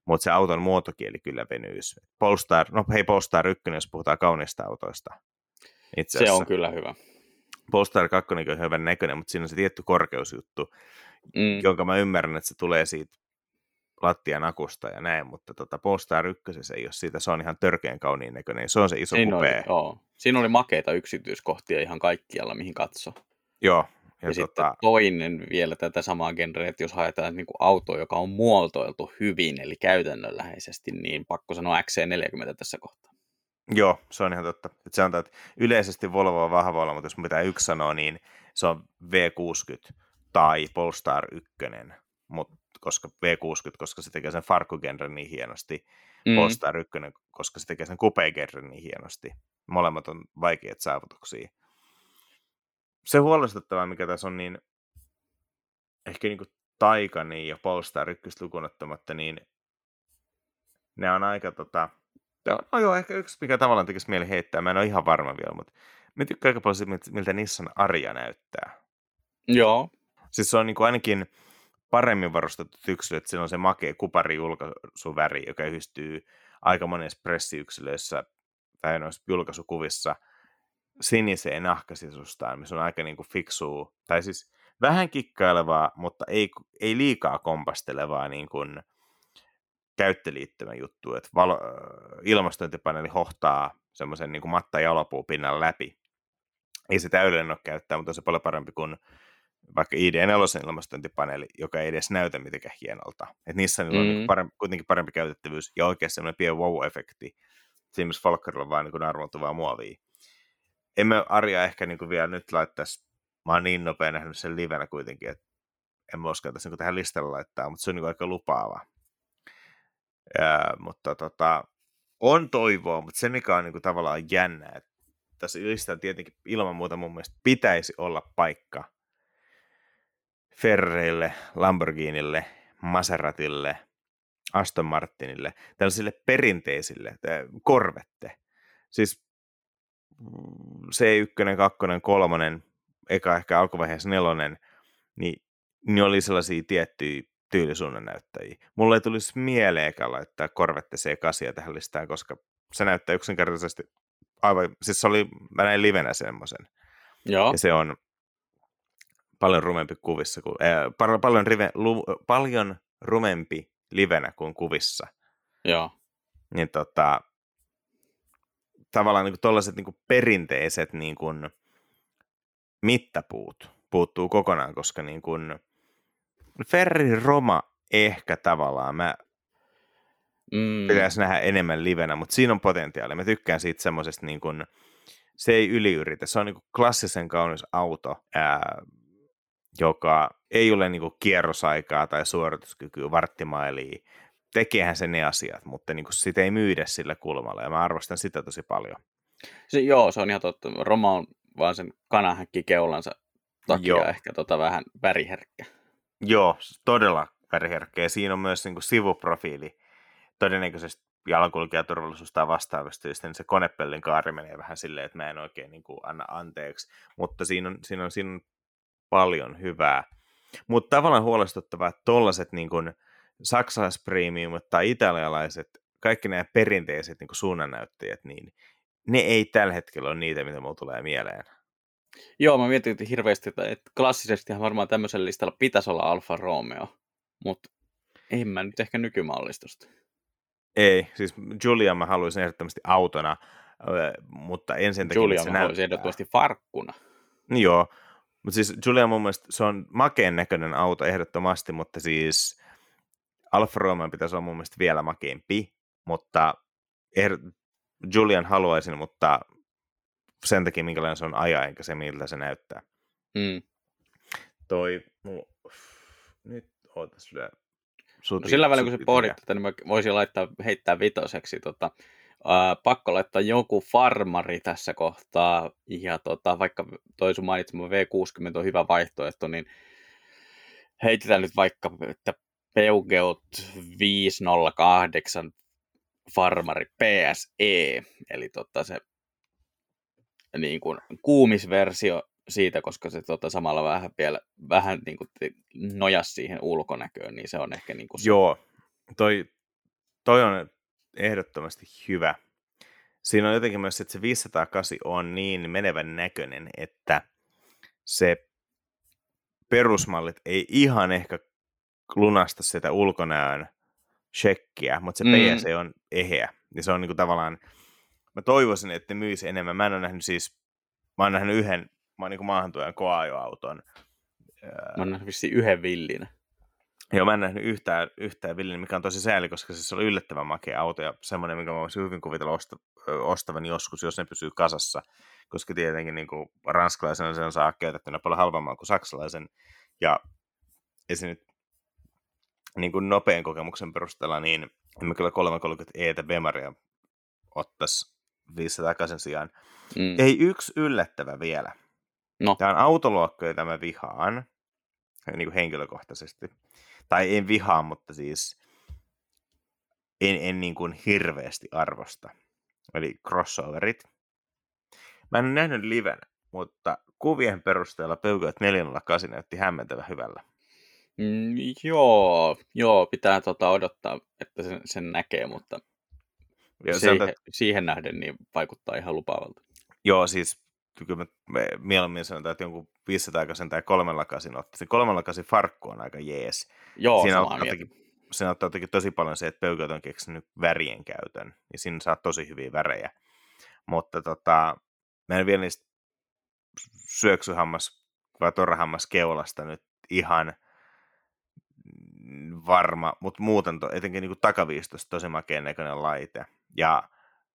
mutta se auton muotokieli kyllä venyisi. Polestar 1, jos puhutaan kauniista autoista. Itse
Se
asiassa.
on kyllä hyvä.
Polestar 2 on hyvän näköinen, mutta siinä on se tietty korkeusjuttu, jonka mä ymmärrän, että se tulee siitä lattian akusta ja näin, mutta Polestar 1 ei ole siitä, se on ihan törkeän kauniin näköinen, se on se iso kupee.
Siinä oli makeita yksityiskohtia ihan kaikkialla, mihin katso.
Joo.
Ja sitten toinen vielä tätä samaa genreä, että jos haetaan niin kuin auto, joka on muotoiltu hyvin, eli käytännönläheisesti, niin pakko sanoa XC40 tässä kohtaa.
Joo, se on ihan totta. Että sanotaan, että yleisesti Volvo on vahvoilla, mutta jos pitää yksi sanoa, niin se on V60 tai Polestar 1, koska V60, koska se tekee sen farkkugenren niin hienosti, Polestar 1, koska se tekee sen coupe-genren niin hienosti. Molemmat on vaikeat saavutuksia. Se huolestuttavaa, mikä tässä on, niin ehkä niin kuin Taycan ja Polestar 1 lukuun ottamatta, niin ne on aika no joo, ehkä yksi, mikä tavallaan tekisi mieli heittää. Mä en ole ihan varma vielä, mutta mä tykkään aika paljon siitä, miltä Nissan Ariya näyttää.
Joo.
Siis se on niin kuin ainakin paremmin varustettu yksilö, että siinä on se makea kuparijulkaisuväri, joka yhdistyy aika monessa pressiyksilöissä tai noissa julkaisukuvissa siniseen nahkasisustaan, missä on aika niin kuin fiksua, tai siis vähän kikkailevaa, mutta ei liikaa kompastelevaa niin kuin käyttöliittymän juttu, että ilmastointipaneeli hohtaa semmoisen niin kuin matta- ja jalopuupinnan läpi. Ei se täydellinen ole käyttää, mutta on se paljon parempi kuin vaikka ID4 ilmastointipaneeli, joka ei edes näytä mitenkään hienolta. Että Nissanilla on niin kuin kuitenkin parempi käytettävyys ja oikeasti semmoinen pieni wow-efekti. Siinä missä Folkkarilla on vaan niin arvontuvaa muovia. Emme Ariya ehkä niin kuin vielä nyt laittaisi, mä oon niin nopea nähnyt sen livenä kuitenkin, että en mä uskaltaisi niin tähän listalle laittaa, mutta se on niin aika lupaava. Mutta on toivoa, mutta se mikä on niin kuin tavallaan jännä, että tässä listalla tietenkin ilman muuta mun mielestä pitäisi olla paikka Ferrarille, Lamborghinille, Maseratille, Aston Martinille, tällaisille perinteisille, Corvette. Siis C1, 2, 3, eka ehkä alkuvaiheessa 4, niin ne oli sellaisia tiettyjä tyylisuunnannäyttäjiä. Mulle ei tulisi mieleenkään laittaa Corvette C8 tähän listaan, koska se näyttää yksinkertaisesti aivan, siis mä näin livenä semmoisen.
Joo.
Ja se on paljon rumempi kuvissa, paljon rumempi livenä kuin kuvissa.
Joo.
Niin tavallaan niin tollaiset niin perinteiset niin mittapuut puuttuu kokonaan, koska niin kuin Ferrari Roma ehkä tavallaan pitäisi nähdä enemmän livenä, mutta siinä on potentiaalia. Mä tykkään siitä semmoisesta, niin kuin, se ei yliyritä. Se on niin kuin klassisen kaunis auto, joka ei ole niin kuin kierrosaikaa tai suorituskykyä varttimailia. Tekeehän se ne asiat, mutta niin kuin sitä ei myydä sillä kulmalla, ja mä arvostan sitä tosi paljon.
Se on ihan totta. Roma on vaan sen kanahäkkikeulansa takia ehkä vähän väriherkkä.
Joo, todella väriherkkä, ja siinä on myös niin kuin sivuprofiili. Todennäköisesti jalankulkijaturvallisuus tai vastaavasti, niin se konepellin kaari menee vähän silleen, että mä en oikein niin kuin anna anteeksi, mutta siinä on paljon hyvää. Mutta tavallaan huolestuttavaa, että tollaiset niin kuin saksalaispremiumit tai italialaiset, kaikki nämä perinteiset niin kuin suunnannäyttäjät, niin ne ei tällä hetkellä ole niitä, mitä mulla tulee mieleen.
Joo, mä mietin hirveästi, että klassisestihan varmaan tämmöisellä listalla pitäisi olla Alfa Romeo, mutta en mä nyt ehkä nykymallistosta.
Ei, siis Giulia mä haluaisin ehdottomasti autona, mutta en sen takia,
Giulia mä haluaisin ehdottomasti farkkuna.
Joo, mutta siis Giulia mun mielestä se on makeen näköinen auto ehdottomasti, mutta siis Alfa Romeo pitäisi olla mun mielestä vielä makeampi, mutta Giulian haluaisin, mutta sen takia minkälainen se on ajaa, enkä se miltä se näyttää. Nyt ootas lyö.
No sillä välin, kun sä pohdit tätä, niin mä voisin heittää vitoseksi. Pakko laittaa joku farmari tässä kohtaa. Ja vaikka toi sun mainitsema V60 on hyvä vaihtoehto, niin heitetään nyt vaikka, että Peugeot 508 farmari PSE. Eli se niin kuin kuumisversio siitä, koska se samalla vähän niin kuin nojas siihen ulkonäköön, niin se on ehkä niin kuin se.
Joo, toi toi on ehdottomasti hyvä. Siinä on jotenkin myös, että se 508 on niin menevän näköinen, että se perusmallit ei ihan ehkä lunasta sitä ulkonäön shekkiä, mutta se PSE on eheä. Ja se on niinku tavallaan, mä toivoisin, että ne myisi enemmän. Mä oon nähnyt yhden niinku maahantuojan koeajoauton.
Mä oon nähnyt vissiin yhden villinä.
Joo, mä en nähnyt yhtään villin, mikä on tosi sääli, koska se oli yllättävän makea auto ja semmoinen, mikä mä voisin hyvin kuvitella ostavani joskus, jos ne pysyy kasassa, koska tietenkin niin kuin ranskalaisena sen saa käytettynä paljon halvemmalla kuin saksalaisen, ja se nyt niin kuin nopean kokemuksen perusteella, niin emme kyllä 330 Bemaria ottaisi 508 sijaan. Ei yksi yllättävä vielä.
No.
Tämä on autoluokka, jota mä vihaan, niin kuin henkilökohtaisesti. Tai en vihaa, mutta siis en niin kuin hirveästi arvosta. Eli crossoverit. Mä en nähnyt livenä, mutta kuvien perusteella Peugeot 408 näytti hämmentävän hyvällä.
Joo, pitää odottaa, että sen näkee, mutta siihen nähden niin vaikuttaa ihan lupaavalta.
Joo, siis kyllä mä mieluummin sanotaan, että jonkun 508 tai 308 ottaisin. 308 farkku on aika jees.
Joo, samaa mieltä.
Siinä ottaa jotenkin tosi paljon se, että Peugeot on keksinyt värien käytön, ja siinä saa tosi hyviä värejä. Mutta mä en vielä niistä syöksyhammas vai torrahammas keulasta nyt ihan varma, mutta muuten etenkin niin kuin takaviistossa tosi makeen näköinen laite. Ja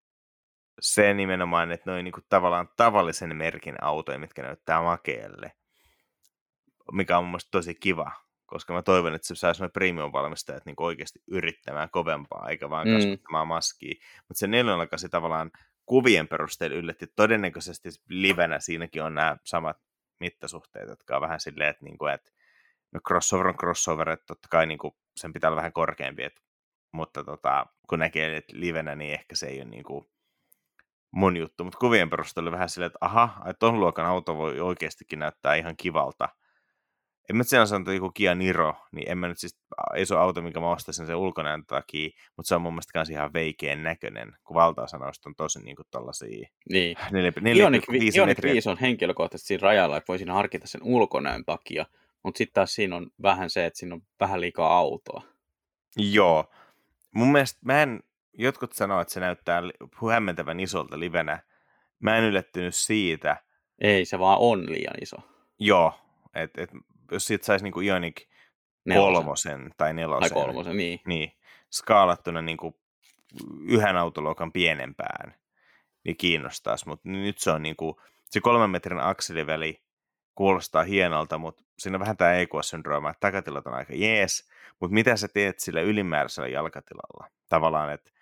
se nimenomaan, että noin niin kuin tavallaan tavallisen merkin autoja, mitkä näyttää makeelle, mikä on mun mielestä tosi kiva, koska mä toivon, että se saisi noin premium-valmistajat niin oikeasti yrittämään kovempaa, eikä vaan kasvattamaan maskia. Mutta se 408 tavallaan kuvien perusteella yllätti. Todennäköisesti livenä siinäkin on nämä samat mittasuhteet, jotka on vähän silleen, että, niin kuin, että no crossover on crossover, että totta kai niin kuin sen pitää olla vähän korkeampi, mutta kun näkee että livenä, niin ehkä se ei ole niin kuin mun juttu. Mutta kuvien perusteella oli vähän silleen, että aha, että ton luokan auto voi oikeastikin näyttää ihan kivalta. En mä sen sanonut, että joku Kia Niro, niin en mä nyt siis, ei se ole auto, minkä mä ostaisin sen ulkonäön takia, mutta se on mun mielestä kans ihan veikeän näköinen, kun valtaosa noista on tosi niin kuin tollasia.
Niin.
4,5 metriä.
Ioniq 5 on henkilökohtaisesti siinä rajalla, että voisin harkita sen ulkonäön takia, mutta sitten taas siinä on vähän se, että siinä on vähän liikaa autoa.
Joo. Mun mielestä jotkut sanoo, että se näyttää hämmentävän isolta livenä. Mä en yllättynyt siitä.
Ei, se vaan on liian iso.
Joo, että jos siitä saisi niinku Ioniq 3 tai 4, niin skaalattuna niinku yhden autoluokan pienempään, niin kiinnostaisi. Mutta nyt se on niinku, se 3 metrin akseliväli kuulostaa hienolta, mutta siinä on vähän tämä EQS-syndrooma, että takatilat on aika jees, mutta mitä sä teet sillä ylimääräisellä jalkatilalla? Tavallaan, että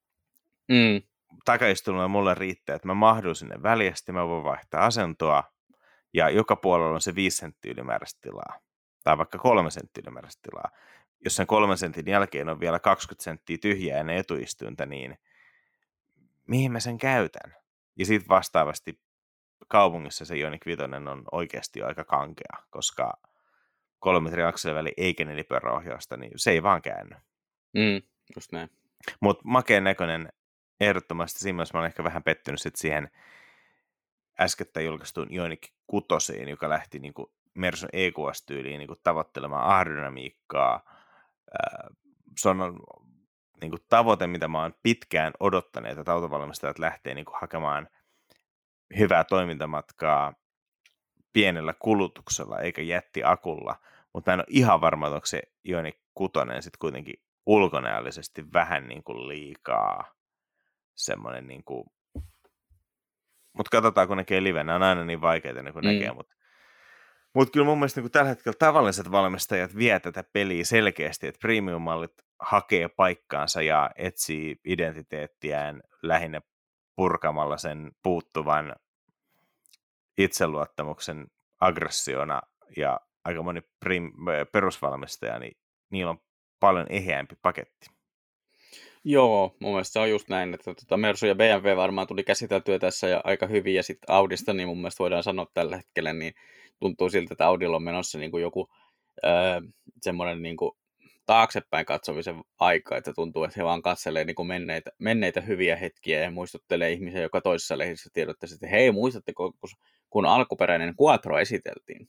takaistunulla mulle riittää, että mä mahdun sinne väljästi, mä voin vaihtaa asentoa, ja joka puolella on se 5 senttiä ylimääräistä tilaa, tai vaikka 3 senttiä ylimääräistä tilaa. Jos sen 3 sentin jälkeen on vielä 20 senttiä tyhjää ennen etuistuinta, niin mihin mä sen käytän? Ja sitten vastaavasti kaupungissa se Ioniq 5 on oikeasti aika kankea, koska 3 metrin akseliväli eikä nelipyöräohjausta, niin se ei vaan käänny.
Just näin.
Mutta makeen näköinen ehdottomasti, siinä mielessä mä olen ehkä vähän pettynyt sit siihen äskettäin julkaistuun Ioniq 6, joka lähti niinku Mersun EQS-tyyliin niinku tavoittelemaan aerodynamiikkaa. Se on niinku tavoite, mitä mä oon pitkään odottanut, että autovalmistajat lähtee niinku hakemaan hyvää toimintamatkaa pienellä kulutuksella eikä jättiakulla, mutta mä en ole ihan varma, että onko se Ioniq 6 sitten kuitenkin ulkonäöllisesti vähän niin kuin liikaa semmoinen niin kuin, mutta katsotaan kun näkee live, nämä on aina niin vaikeita niin kuin näkee, mutta kyllä mun mielestä niin tällä hetkellä tavalliset valmistajat vie tätä peliä selkeästi, että premium-mallit hakee paikkaansa ja etsii identiteettiään lähinnä purkamalla sen puuttuvan itseluottamuksen aggressiona, ja aika moni perusvalmistaja, niin niillä on paljon eheämpi paketti.
Joo, mun mielestä se on just näin, että Mersu ja BMW varmaan tuli käsiteltyä tässä ja aika hyvin, ja sitten Audista, niin mun mielestä voidaan sanoa tällä hetkellä, niin tuntuu siltä, että Audilla on menossa niin kuin joku semmoinen niin kuin taaksepäin katsomisen aika, että tuntuu, että he vaan katselee niin kuin menneitä hyviä hetkiä ja muistuttelee ihmisiä, joka toisessa lehdessä tiedottaisi, että hei, muistatteko, kun alkuperäinen Quattro esiteltiin?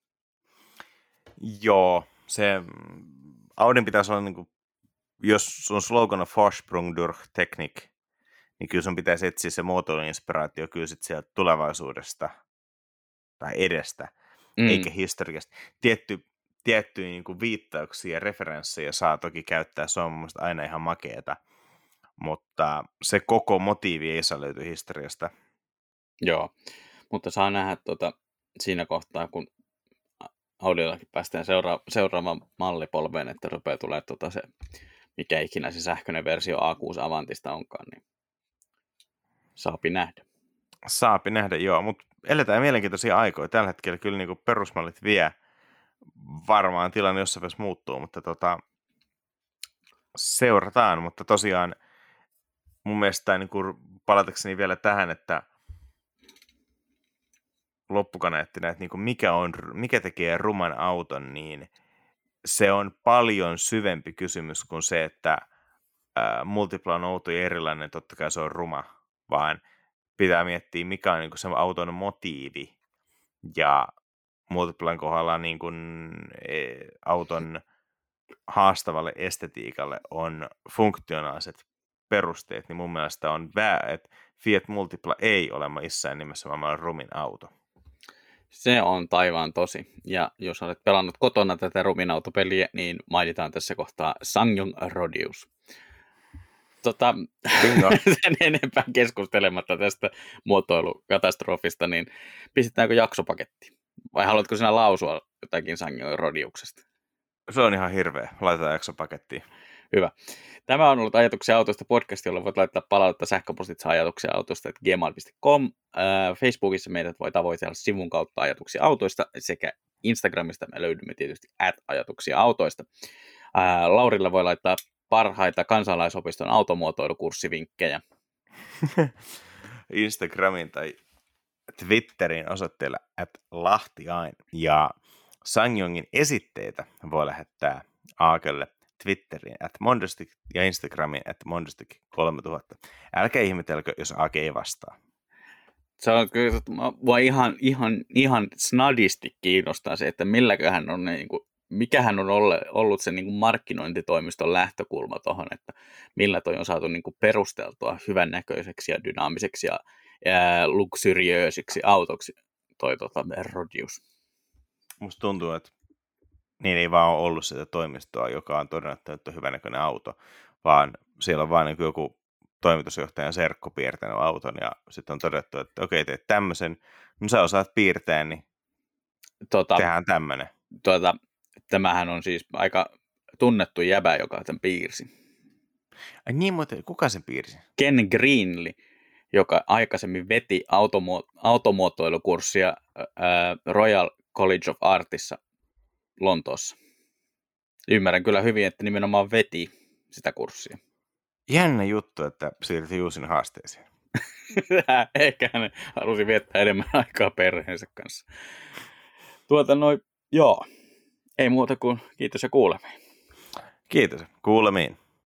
Joo, se Audin pitäisi olla, niin kuin, jos sun slogan on Vorsprung durch Technik, niin kyllä sun pitäisi etsiä se muotoiluinspiraatio kyllä sit sieltä tulevaisuudesta tai edestä, eikä historiasta. Tiettyjä niin kuin viittauksia ja referenssejä saa toki käyttää, se on mun mielestä aina ihan makeeta, mutta se koko motiivi ei saa löytyä historiasta.
Joo, mutta saa nähdä siinä kohtaa, kun Audiollakin päästään seuraavaan mallipolveen, että rupeaa tulee se, mikä ikinä se sähköinen versio A6 Avantista onkaan, niin saapi nähdä.
Saapi nähdä, joo, mutta eletään mielenkiintoisia aikoja. Tällä hetkellä kyllä niin kuin perusmallit vie. Varmaan tilanne jossain vaiheessa muuttuu, mutta seurataan. Mutta tosiaan mun mielestä niin kuin palatakseni vielä tähän, että loppukaneettina, että niin kuin mikä tekee ruman auton, niin se on paljon syvempi kysymys kuin se, että Multipla on outo ja erilainen, totta kai se on ruma, vaan pitää miettiä, mikä on niin kuin se auton motiivi. Ja Multiplan kohdalla niin kuin auton haastavalle estetiikalle on funktionaaliset perusteet, niin mun mielestä on että Fiat Multipla ei ole missään nimessä maailman rumin auto.
Se on taivaan tosi. Ja jos olet pelannut kotona tätä ruminautopeliä, niin mainitaan tässä kohtaa SsangYong Rodius. Sen enempää keskustelematta tästä muotoilukatastrofista, niin pistetäänkö jaksopaketti? Vai haluatko sinä lausua jotakin SsangYong Rodiuksesta?
Se on ihan hirveä. Laitetaan jaksopakettiin.
Hyvä. Tämä on ollut Ajatuksia autosta podcast, jolla voit laittaa palautetta sähköpostitse ajatuksia-autosta@gmail.com. Facebookissa meidät voi tavoitella sivun kautta Ajatuksia autoista sekä Instagramista me löydymme tietysti @ajatuksia autoista. Laurilla voi laittaa parhaita kansalaisopiston automuotoilukurssivinkkejä.
Instagramin tai Twitterin osoitteella @lahtiain. Ja SsangYongin esitteitä voi lähettää Aakelle Twitteriin @mondostik ja Instagramiin @mondostik3000. Älkää ihmetelkö, jos Aake ei vastaa.
Se on kyllä, mua ihan snadisti kiinnostaa se, että milläköhän on mikähän on ollut se niin kuin markkinointitoimiston lähtökulma tuohon, että millä toi on saatu niin kuin perusteltua hyvännäköiseksi ja dynaamiseksi ja luksuriöösiksi autoksi toi Rodius.
Musta tuntuu, että niin ei vaan ole ollut sitä toimistoa, joka on todennut, että on hyvänäköinen auto, vaan siellä on vaan niin joku toimitusjohtajan serkku piirtänyt auton ja sitten on todettu, että okei, teet tämmöisen, no sä osaat piirtää, niin tehdään tämmöinen.
Tämähän on siis aika tunnettu jäbä, joka tämän piirsi.
Ai niin, mutta kuka sen piirsi?
Ken Greenley, joka aikaisemmin veti automuotoilukurssia Royal College of Artissa Lontoossa. Ymmärrän kyllä hyvin, että nimenomaan veti sitä kurssia.
Jännä juttu, että siirtyi Juusin haasteeseen.
Ehkä hän halusi viettää enemmän aikaa perheensä kanssa. Joo. Ei muuta kuin kiitos ja kuulemiin.
Kiitos. Kuulemiin.